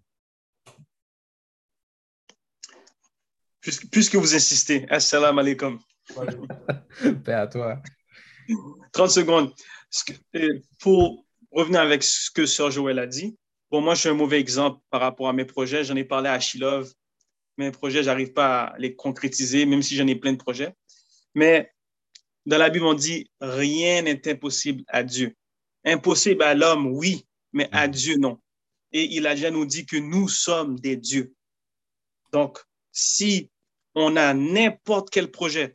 S10: Puisque vous insistez, assalamu alaikum.
S1: Paix à toi.
S10: 30 secondes. Pour revenir avec ce que Sœur Joël a dit, pour moi, je suis un mauvais exemple par rapport à mes projets. J'en ai parlé à Shilov. Mes projets, je n'arrive pas à les concrétiser, même si j'en ai plein de projets. Mais dans la Bible, on dit « Rien n'est impossible à Dieu ». Impossible à l'homme, oui, mais à Dieu, non. Et il a déjà nous dit que nous sommes des dieux. Donc, si on a n'importe quel projet,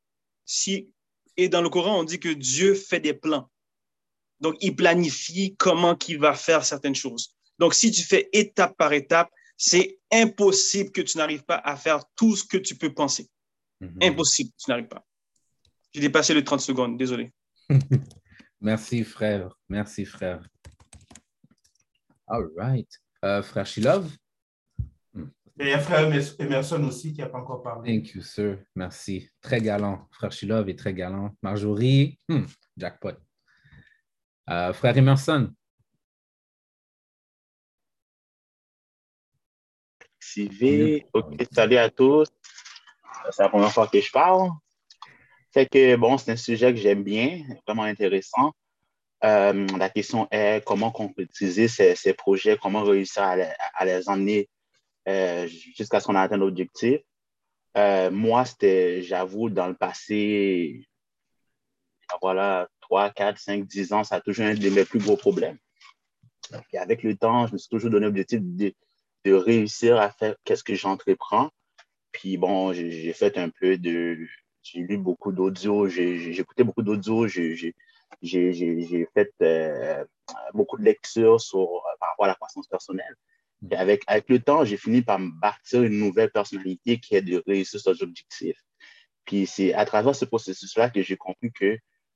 S10: et dans le Coran, on dit que Dieu fait des plans. Donc, il planifie comment il va faire certaines choses. Donc, si tu fais étape par étape, c'est impossible que tu n'arrives pas à faire tout ce que tu peux penser. Impossible, tu n'arrives pas. J'ai dépassé les 30 secondes, désolé.
S1: Merci, frère. Merci, frère. All right. Frère Shilov?
S6: Il y a frère Emerson aussi qui n'a pas encore parlé.
S1: Thank you, sir. Merci. Très galant. Frère Shilov est très galant. Marjorie, jackpot. Frère Emerson?
S11: OK, salut à tous. C'est la première fois que je parle. Fait que, bon, c'est un sujet que j'aime bien, vraiment intéressant. La question est comment concrétiser ces projets, comment réussir à les emmener jusqu'à ce qu'on atteigne l'objectif. Moi, j'avoue, dans le passé, voilà, 3, 4, 5, 10 ans, ça a toujours été un de mes plus gros problèmes. Et avec le temps, je me suis toujours donné l'objectif de réussir à faire qu'est-ce que j'entreprends. Puis bon, j'ai fait un peu j'ai lu beaucoup d'audio, j'ai écouté beaucoup d'audio, j'ai fait beaucoup de lectures par rapport à la croissance personnelle. Et avec le temps, j'ai fini par me bâtir une nouvelle personnalité qui est de réussir sur objectifs. Puis c'est à travers ce processus-là que j'ai compris que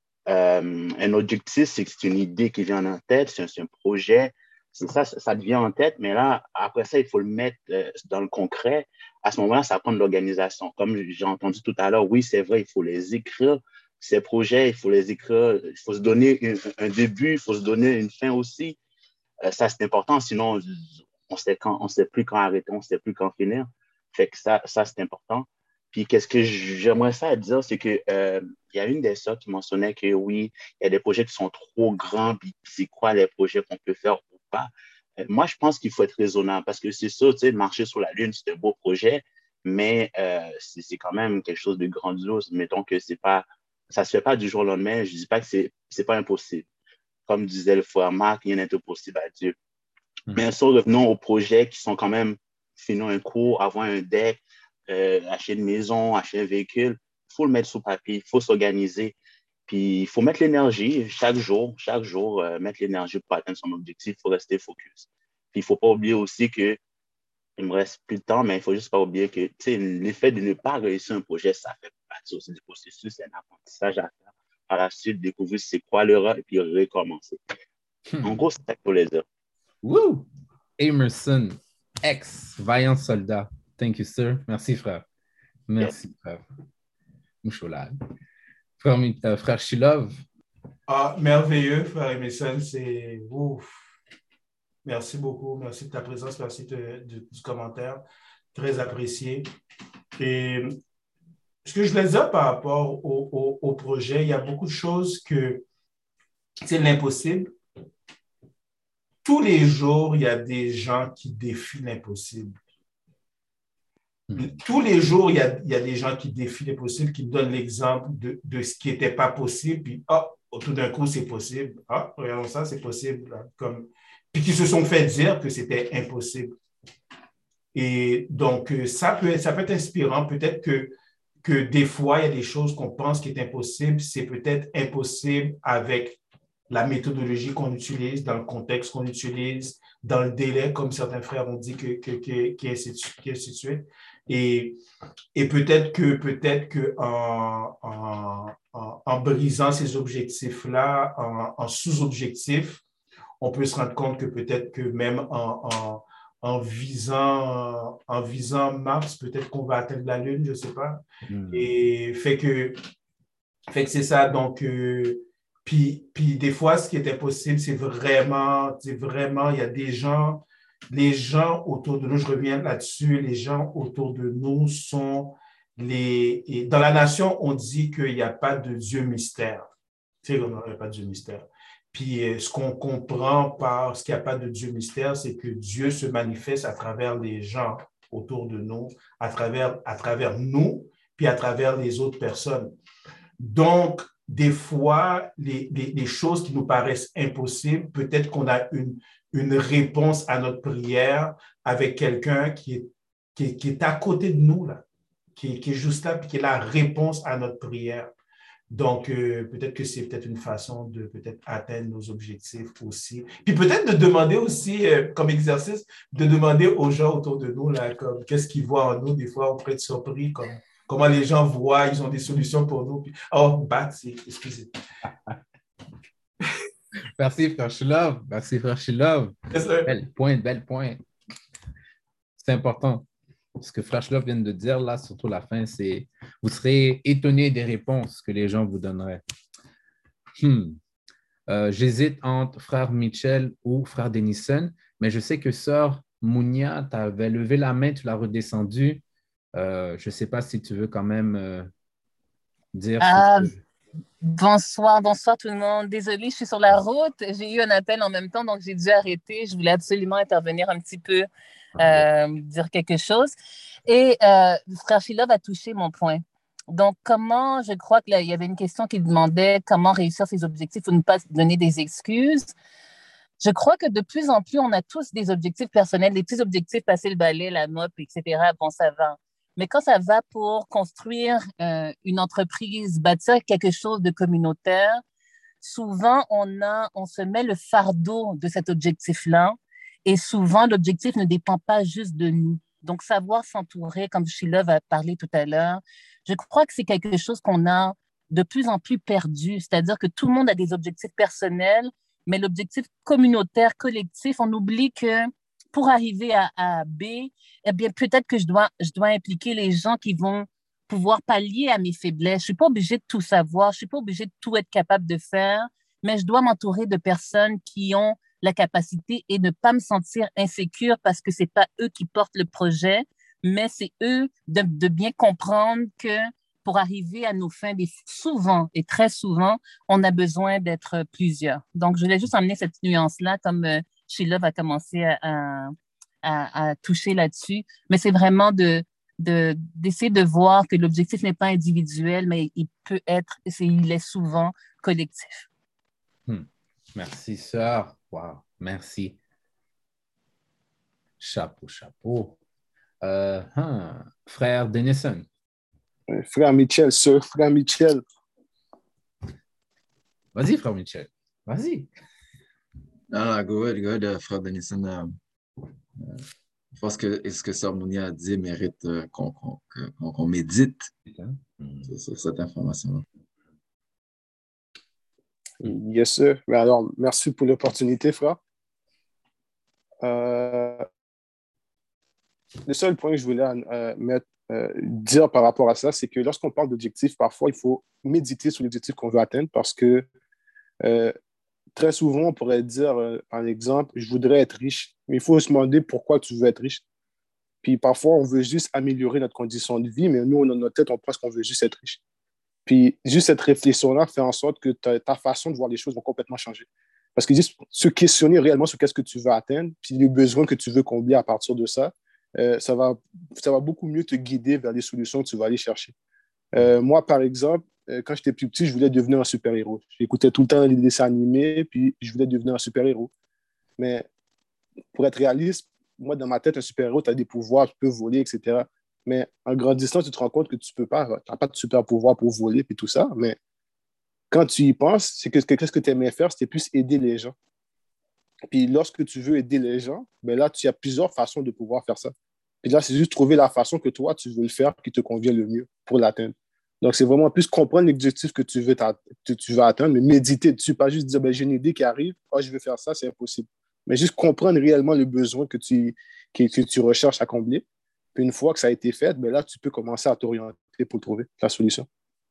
S11: un objectif, c'est une idée qui vient en tête, c'est un projet. Ça devient en tête, mais là, après ça, il faut le mettre dans le concret. À ce moment-là, ça prend de l'organisation. Comme j'ai entendu tout à l'heure, oui, c'est vrai, il faut les écrire. Ces projets, il faut les écrire. Il faut se donner un début, il faut se donner une fin aussi. Ça, c'est important. Sinon, on sait plus quand arrêter, on ne sait plus quand finir. Fait que ça c'est important. Puis, qu'est-ce que j'aimerais ça dire, c'est que il y a une des sœurs qui mentionnait que oui, il y a des projets qui sont trop grands, puis c'est quoi les projets qu'on peut faire ou pas. Moi, je pense qu'il faut être raisonnable parce que c'est ça, tu sais, marcher sur la Lune, c'est un beau projet, mais c'est quand même quelque chose de grandiose. Mettons que ça ne se fait pas du jour au lendemain. Je ne dis pas que c'est pas impossible. Comme disait le frère Marc, rien n'est impossible à Dieu. Mais ça, revenons aux projets qui sont quand même, finir un cours, avoir un deck, acheter une maison, acheter un véhicule. Il faut le mettre sur papier, il faut s'organiser. Puis, il faut mettre l'énergie chaque jour, mettre l'énergie pour atteindre son objectif. Il faut rester focus. Puis, il ne faut pas oublier aussi que il me reste plus de temps, mais il ne faut juste pas oublier que l'effet de ne pas réussir un projet, ça fait partie aussi du processus. C'est un apprentissage à faire. Par la suite, découvrir c'est quoi l'erreur et puis recommencer. En gros, c'est ça pour les heures.
S1: Woo! Emerson, ex-vaillant soldat. Thank you, sir. Merci, frère. Merci, frère. Moucholade. Frère Shilov.
S6: Ah, merveilleux, frère Emerson. C'est ouf. Merci beaucoup. Merci de ta présence. Merci du commentaire. Très apprécié. Et ce que je voulais dire par rapport au projet, il y a beaucoup de choses que c'est l'impossible. Tous les jours, il y a des gens qui défient l'impossible. Tous les jours, il y a des gens qui défient l'impossible, qui donnent l'exemple de ce qui n'était pas possible, puis tout d'un coup, c'est possible. Regardons ça, c'est possible. Puis qui se sont fait dire que c'était impossible. Et donc, ça peut être inspirant. Peut-être que des fois, il y a des choses qu'on pense qui est impossible. C'est peut-être impossible avec la méthodologie qu'on utilise, dans le contexte qu'on utilise, dans le délai, comme certains frères ont dit, qui est ainsi de suite. Et peut-être que en brisant ces objectifs-là, en sous-objectifs, on peut se rendre compte que peut-être que même en visant Mars, peut-être qu'on va atteindre la Lune, je ne sais pas. Et fait que c'est ça. Donc, puis des fois, ce qui est impossible, c'est vraiment, il y a des gens, les gens autour de nous, je reviens là-dessus, les gens autour de nous sont et dans la nation, on dit qu'il n'y a pas de Dieu mystère. Tu sais, il n'y a pas de Dieu mystère. Puis ce qu'on comprend par ce qu'il n'y a pas de Dieu mystère, c'est que Dieu se manifeste à travers les gens autour de nous, à travers nous, puis à travers les autres personnes. Donc, des fois, les choses qui nous paraissent impossibles, peut-être qu'on a une réponse à notre prière avec quelqu'un qui est à côté de nous, là, qui est juste là, puis qui est la réponse à notre prière. Donc, peut-être que c'est peut-être une façon de peut-être atteindre nos objectifs aussi. Puis peut-être de demander aussi, comme exercice, de demander aux gens autour de nous, là, comme qu'est-ce qu'ils voient en nous. Des fois, on peut être surpris, comme comment les gens voient, ils ont des solutions pour nous. Puis, oh, excusez.
S1: Merci, frère Shilov. Merci, frère Shilov.
S6: Yes,
S1: Belle point. C'est important. Ce que frère Shilov vient de dire, là, surtout la fin, c'est vous serez étonné des réponses que les gens vous donneraient. J'hésite entre frère Mitchell ou frère Denison, mais je sais que sœur Mounia, tu avais levé la main, tu l'as redescendue. Je ne sais pas si tu veux quand même dire.
S12: Bonsoir tout le monde. Désolée, je suis sur la route. J'ai eu un appel en même temps, donc j'ai dû arrêter. Je voulais absolument intervenir un petit peu, dire quelque chose. Et frère Shilov a touché mon point. Donc, je crois qu'il y avait une question qui demandait comment réussir ses objectifs ou ne pas donner des excuses. Je crois que de plus en plus, on a tous des objectifs personnels, des petits objectifs, passer le balai, la mop, etc. Bon, ça va. Mais quand ça va pour construire une entreprise, bâtir quelque chose de communautaire, souvent, on se met le fardeau de cet objectif-là et souvent, l'objectif ne dépend pas juste de nous. Donc, savoir s'entourer, comme Shilov a parlé tout à l'heure, je crois que c'est quelque chose qu'on a de plus en plus perdu. C'est-à-dire que tout le monde a des objectifs personnels, mais l'objectif communautaire, collectif, on oublie que pour arriver à B, eh bien, peut-être que je dois impliquer les gens qui vont pouvoir pallier à mes faiblesses. Je ne suis pas obligée de tout savoir, je ne suis pas obligée de tout être capable de faire, mais je dois m'entourer de personnes qui ont la capacité et ne pas me sentir insécure parce que ce n'est pas eux qui portent le projet, mais c'est eux de bien comprendre que pour arriver à nos fins, souvent et très souvent, on a besoin d'être plusieurs. Donc, je voulais juste emmener cette nuance-là, comme Shilov a commencé à toucher là-dessus. Mais c'est vraiment d'essayer de voir que l'objectif n'est pas individuel, mais il est souvent collectif.
S1: Merci, sœur. Wow, merci. Chapeau. Frère Denison.
S4: Frère Mitchell, sœur, frère Mitchell.
S1: Vas-y, frère Mitchell. Vas-y.
S5: Ah, good, frère Denison. Je pense que ce que sœur Mounia a dit mérite qu'on médite sur cette information-là.
S4: Yes, sir. Alors, merci pour l'opportunité, frère. Le seul point que je voulais dire par rapport à ça, c'est que lorsqu'on parle d'objectifs, parfois, il faut méditer sur l'objectif qu'on veut atteindre parce que très souvent, on pourrait dire, par exemple, je voudrais être riche, mais il faut se demander pourquoi tu veux être riche. Puis parfois, on veut juste améliorer notre condition de vie, mais nous, dans notre tête, on pense qu'on veut juste être riche. Puis juste cette réflexion-là fait en sorte que ta façon de voir les choses va complètement changer. Parce que juste se questionner réellement sur qu'est-ce que tu veux atteindre, puis les besoins que tu veux combler à partir de ça, ça va beaucoup mieux te guider vers les solutions que tu vas aller chercher. Moi, par exemple, quand j'étais plus petit, je voulais devenir un super-héros. J'écoutais tout le temps les dessins animés, puis je voulais devenir un super-héros. Mais pour être réaliste, moi, dans ma tête, un super-héros, tu as des pouvoirs, tu peux voler, etc. Mais en grandissant, tu te rends compte que tu peux pas, tu n'as pas de super pouvoir pour voler et tout ça. Mais quand tu y penses, c'est que qu'est-ce que tu aimais faire, c'était plus aider les gens. Puis lorsque tu veux aider les gens, ben là, tu as plusieurs façons de pouvoir faire ça. Puis là, c'est juste trouver la façon que toi, tu veux le faire qui te convient le mieux pour l'atteindre. Donc, c'est vraiment plus comprendre l'objectif que tu veux atteindre, mais méditer dessus, pas juste dire, ben, j'ai une idée qui arrive, je veux faire ça, c'est impossible. Mais juste comprendre réellement le besoin que tu recherches à combler. Puis une fois que ça a été fait, ben là, tu peux commencer à t'orienter pour trouver la solution.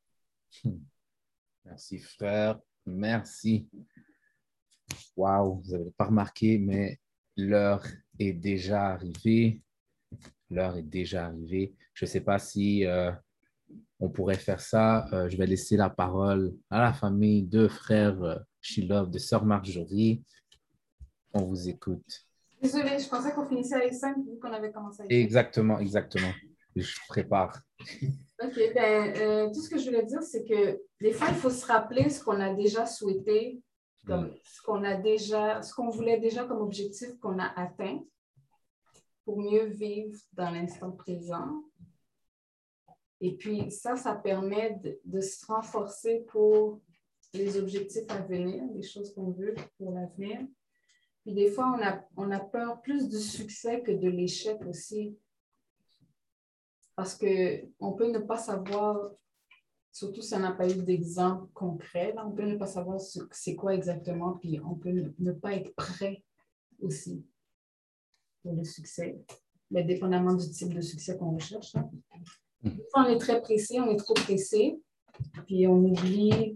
S1: Merci, frère. Merci. Wow, vous n'avez pas remarqué, mais l'heure est déjà arrivée. L'heure est déjà arrivée. Je ne sais pas si on pourrait faire ça. Je vais laisser la parole à la famille de frère Shilov, de sœur Marjorie. On vous écoute.
S13: Désolée, je pensais qu'on finissait avec 5 vu qu'on avait commencé avec 5.
S1: Exactement. Je prépare.
S13: OK, tout ce que je voulais dire, c'est que des fois, il faut se rappeler ce qu'on a déjà souhaité, comme ce qu'on voulait déjà comme objectif qu'on a atteint pour mieux vivre dans l'instant présent. Et puis, ça permet de se renforcer pour les objectifs à venir, les choses qu'on veut pour l'avenir. Puis des fois, on a peur plus du succès que de l'échec aussi. Parce qu'on peut ne pas savoir, surtout si on n'a pas eu d'exemple concret, on peut ne pas savoir c'est quoi exactement, puis on peut ne pas être prêt aussi pour le succès, mais dépendamment du type de succès qu'on recherche. Des fois, on est très pressé, on est trop pressé, puis on oublie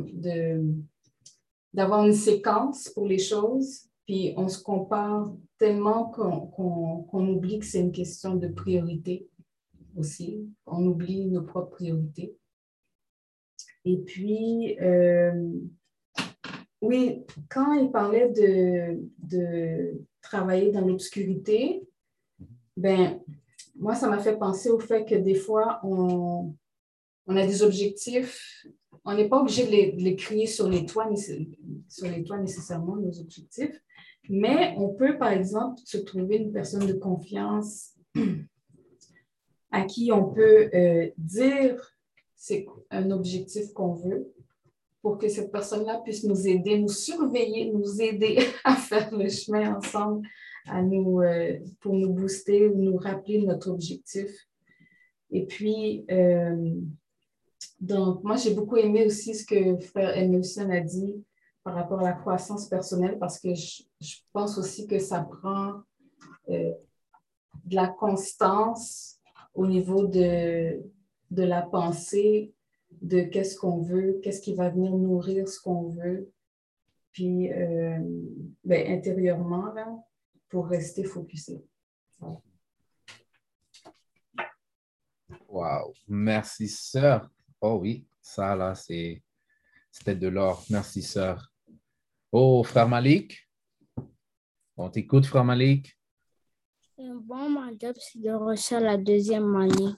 S13: d'avoir une séquence pour les choses, puis on se compare tellement qu'on oublie que c'est une question de priorité aussi. On oublie nos propres priorités. Et puis, oui, quand il parlait de travailler dans l'obscurité, moi, ça m'a fait penser au fait que des fois, on a des objectifs. On n'est pas obligé de les crier sur les toits nécessairement, nos objectifs, mais on peut, par exemple, se trouver une personne de confiance à qui on peut dire c'est un objectif qu'on veut pour que cette personne-là puisse nous aider, nous surveiller, nous aider à faire le chemin ensemble, pour nous booster ou nous rappeler notre objectif. Et puis, donc, moi, j'ai beaucoup aimé aussi ce que frère Emerson a dit par rapport à la croissance personnelle parce que je pense aussi que ça prend de la constance au niveau de la pensée, de qu'est-ce qu'on veut, qu'est-ce qui va venir nourrir ce qu'on veut, puis intérieurement, là, pour rester focusé.
S1: Wow, merci, sœur. Oh oui, ça là, c'était de l'or. Merci, sœur. Oh, frère Malik. On t'écoute, frère Malik.
S14: Bon, mon job, c'est de rechercher la deuxième année.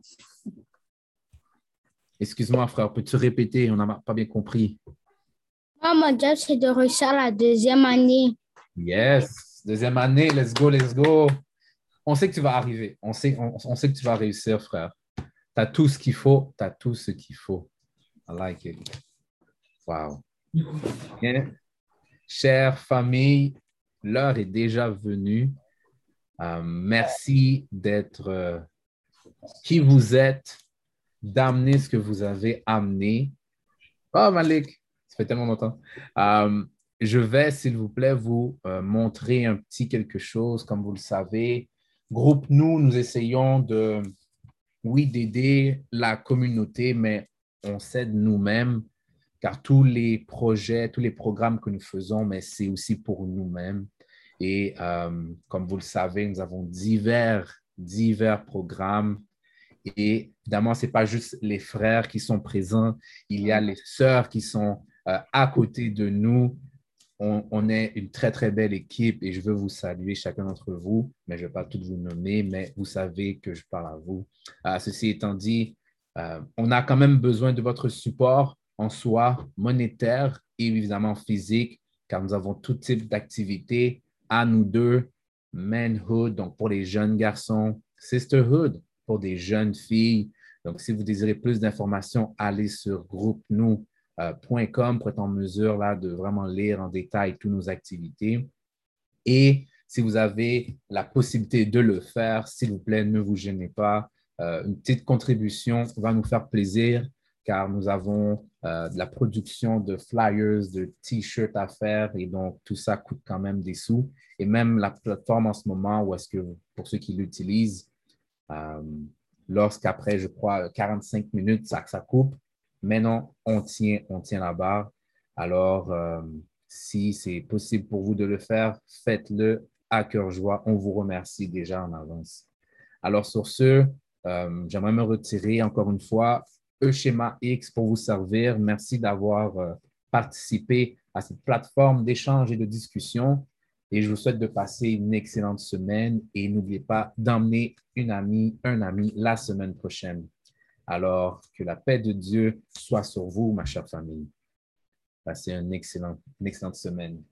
S1: Excuse-moi, frère, peux-tu répéter? On n'a pas bien compris.
S14: Moi, mon job, c'est de rechercher la deuxième année.
S1: Yes, deuxième année, let's go, let's go. On sait que tu vas arriver. On sait que tu vas réussir, frère. Tu as tout ce qu'il faut. Tu as tout ce qu'il faut. I like it. Wow. Bien. Chère famille, l'heure est déjà venue. Merci d'être qui vous êtes, d'amener ce que vous avez amené. Oh, Malik, ça fait tellement longtemps. Je vais, s'il vous plaît, vous montrer un petit quelque chose. Comme vous le savez, groupe nous essayons d'aider la communauté, mais on s'aide nous-mêmes, car tous les projets, tous les programmes que nous faisons, mais c'est aussi pour nous-mêmes. Et comme vous le savez, nous avons divers programmes. Et évidemment, ce n'est pas juste les frères qui sont présents, il y a les sœurs qui sont à côté de nous. On est une très, très belle équipe et je veux vous saluer chacun d'entre vous, mais je ne vais pas toutes vous nommer, mais vous savez que je parle à vous. Ceci étant dit, on a quand même besoin de votre support en soi, monétaire et évidemment physique, car nous avons tout type d'activités à nous deux. manhood, donc pour les jeunes garçons, sisterhood pour des jeunes filles. Donc, si vous désirez plus d'informations, allez sur groupenou.com pour être en mesure là, de vraiment lire en détail toutes nos activités. Et si vous avez la possibilité de le faire, s'il vous plaît, ne vous gênez pas. Une petite contribution va nous faire plaisir car nous avons de la production de flyers, de t-shirts à faire et donc tout ça coûte quand même des sous. Et même la plateforme en ce moment où est-ce que, pour ceux qui l'utilisent, lorsqu'après, je crois, 45 minutes, ça coupe. Mais non, on tient la barre. Alors, si c'est possible pour vous de le faire, faites-le à cœur joie. On vous remercie déjà en avance. Alors, sur ce, j'aimerais me retirer encore une fois. Schéma X pour vous servir. Merci d'avoir participé à cette plateforme d'échange et de discussion. Et je vous souhaite de passer une excellente semaine et n'oubliez pas d'emmener une amie, un ami la semaine prochaine. Alors, que la paix de Dieu soit sur vous, ma chère famille. Passez une excellente semaine.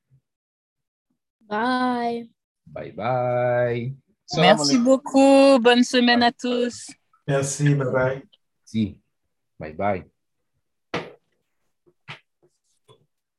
S14: Bye.
S1: Bye bye.
S12: Merci beaucoup. Bonne semaine à tous.
S6: Merci. Bye bye.
S1: Merci. Bye bye.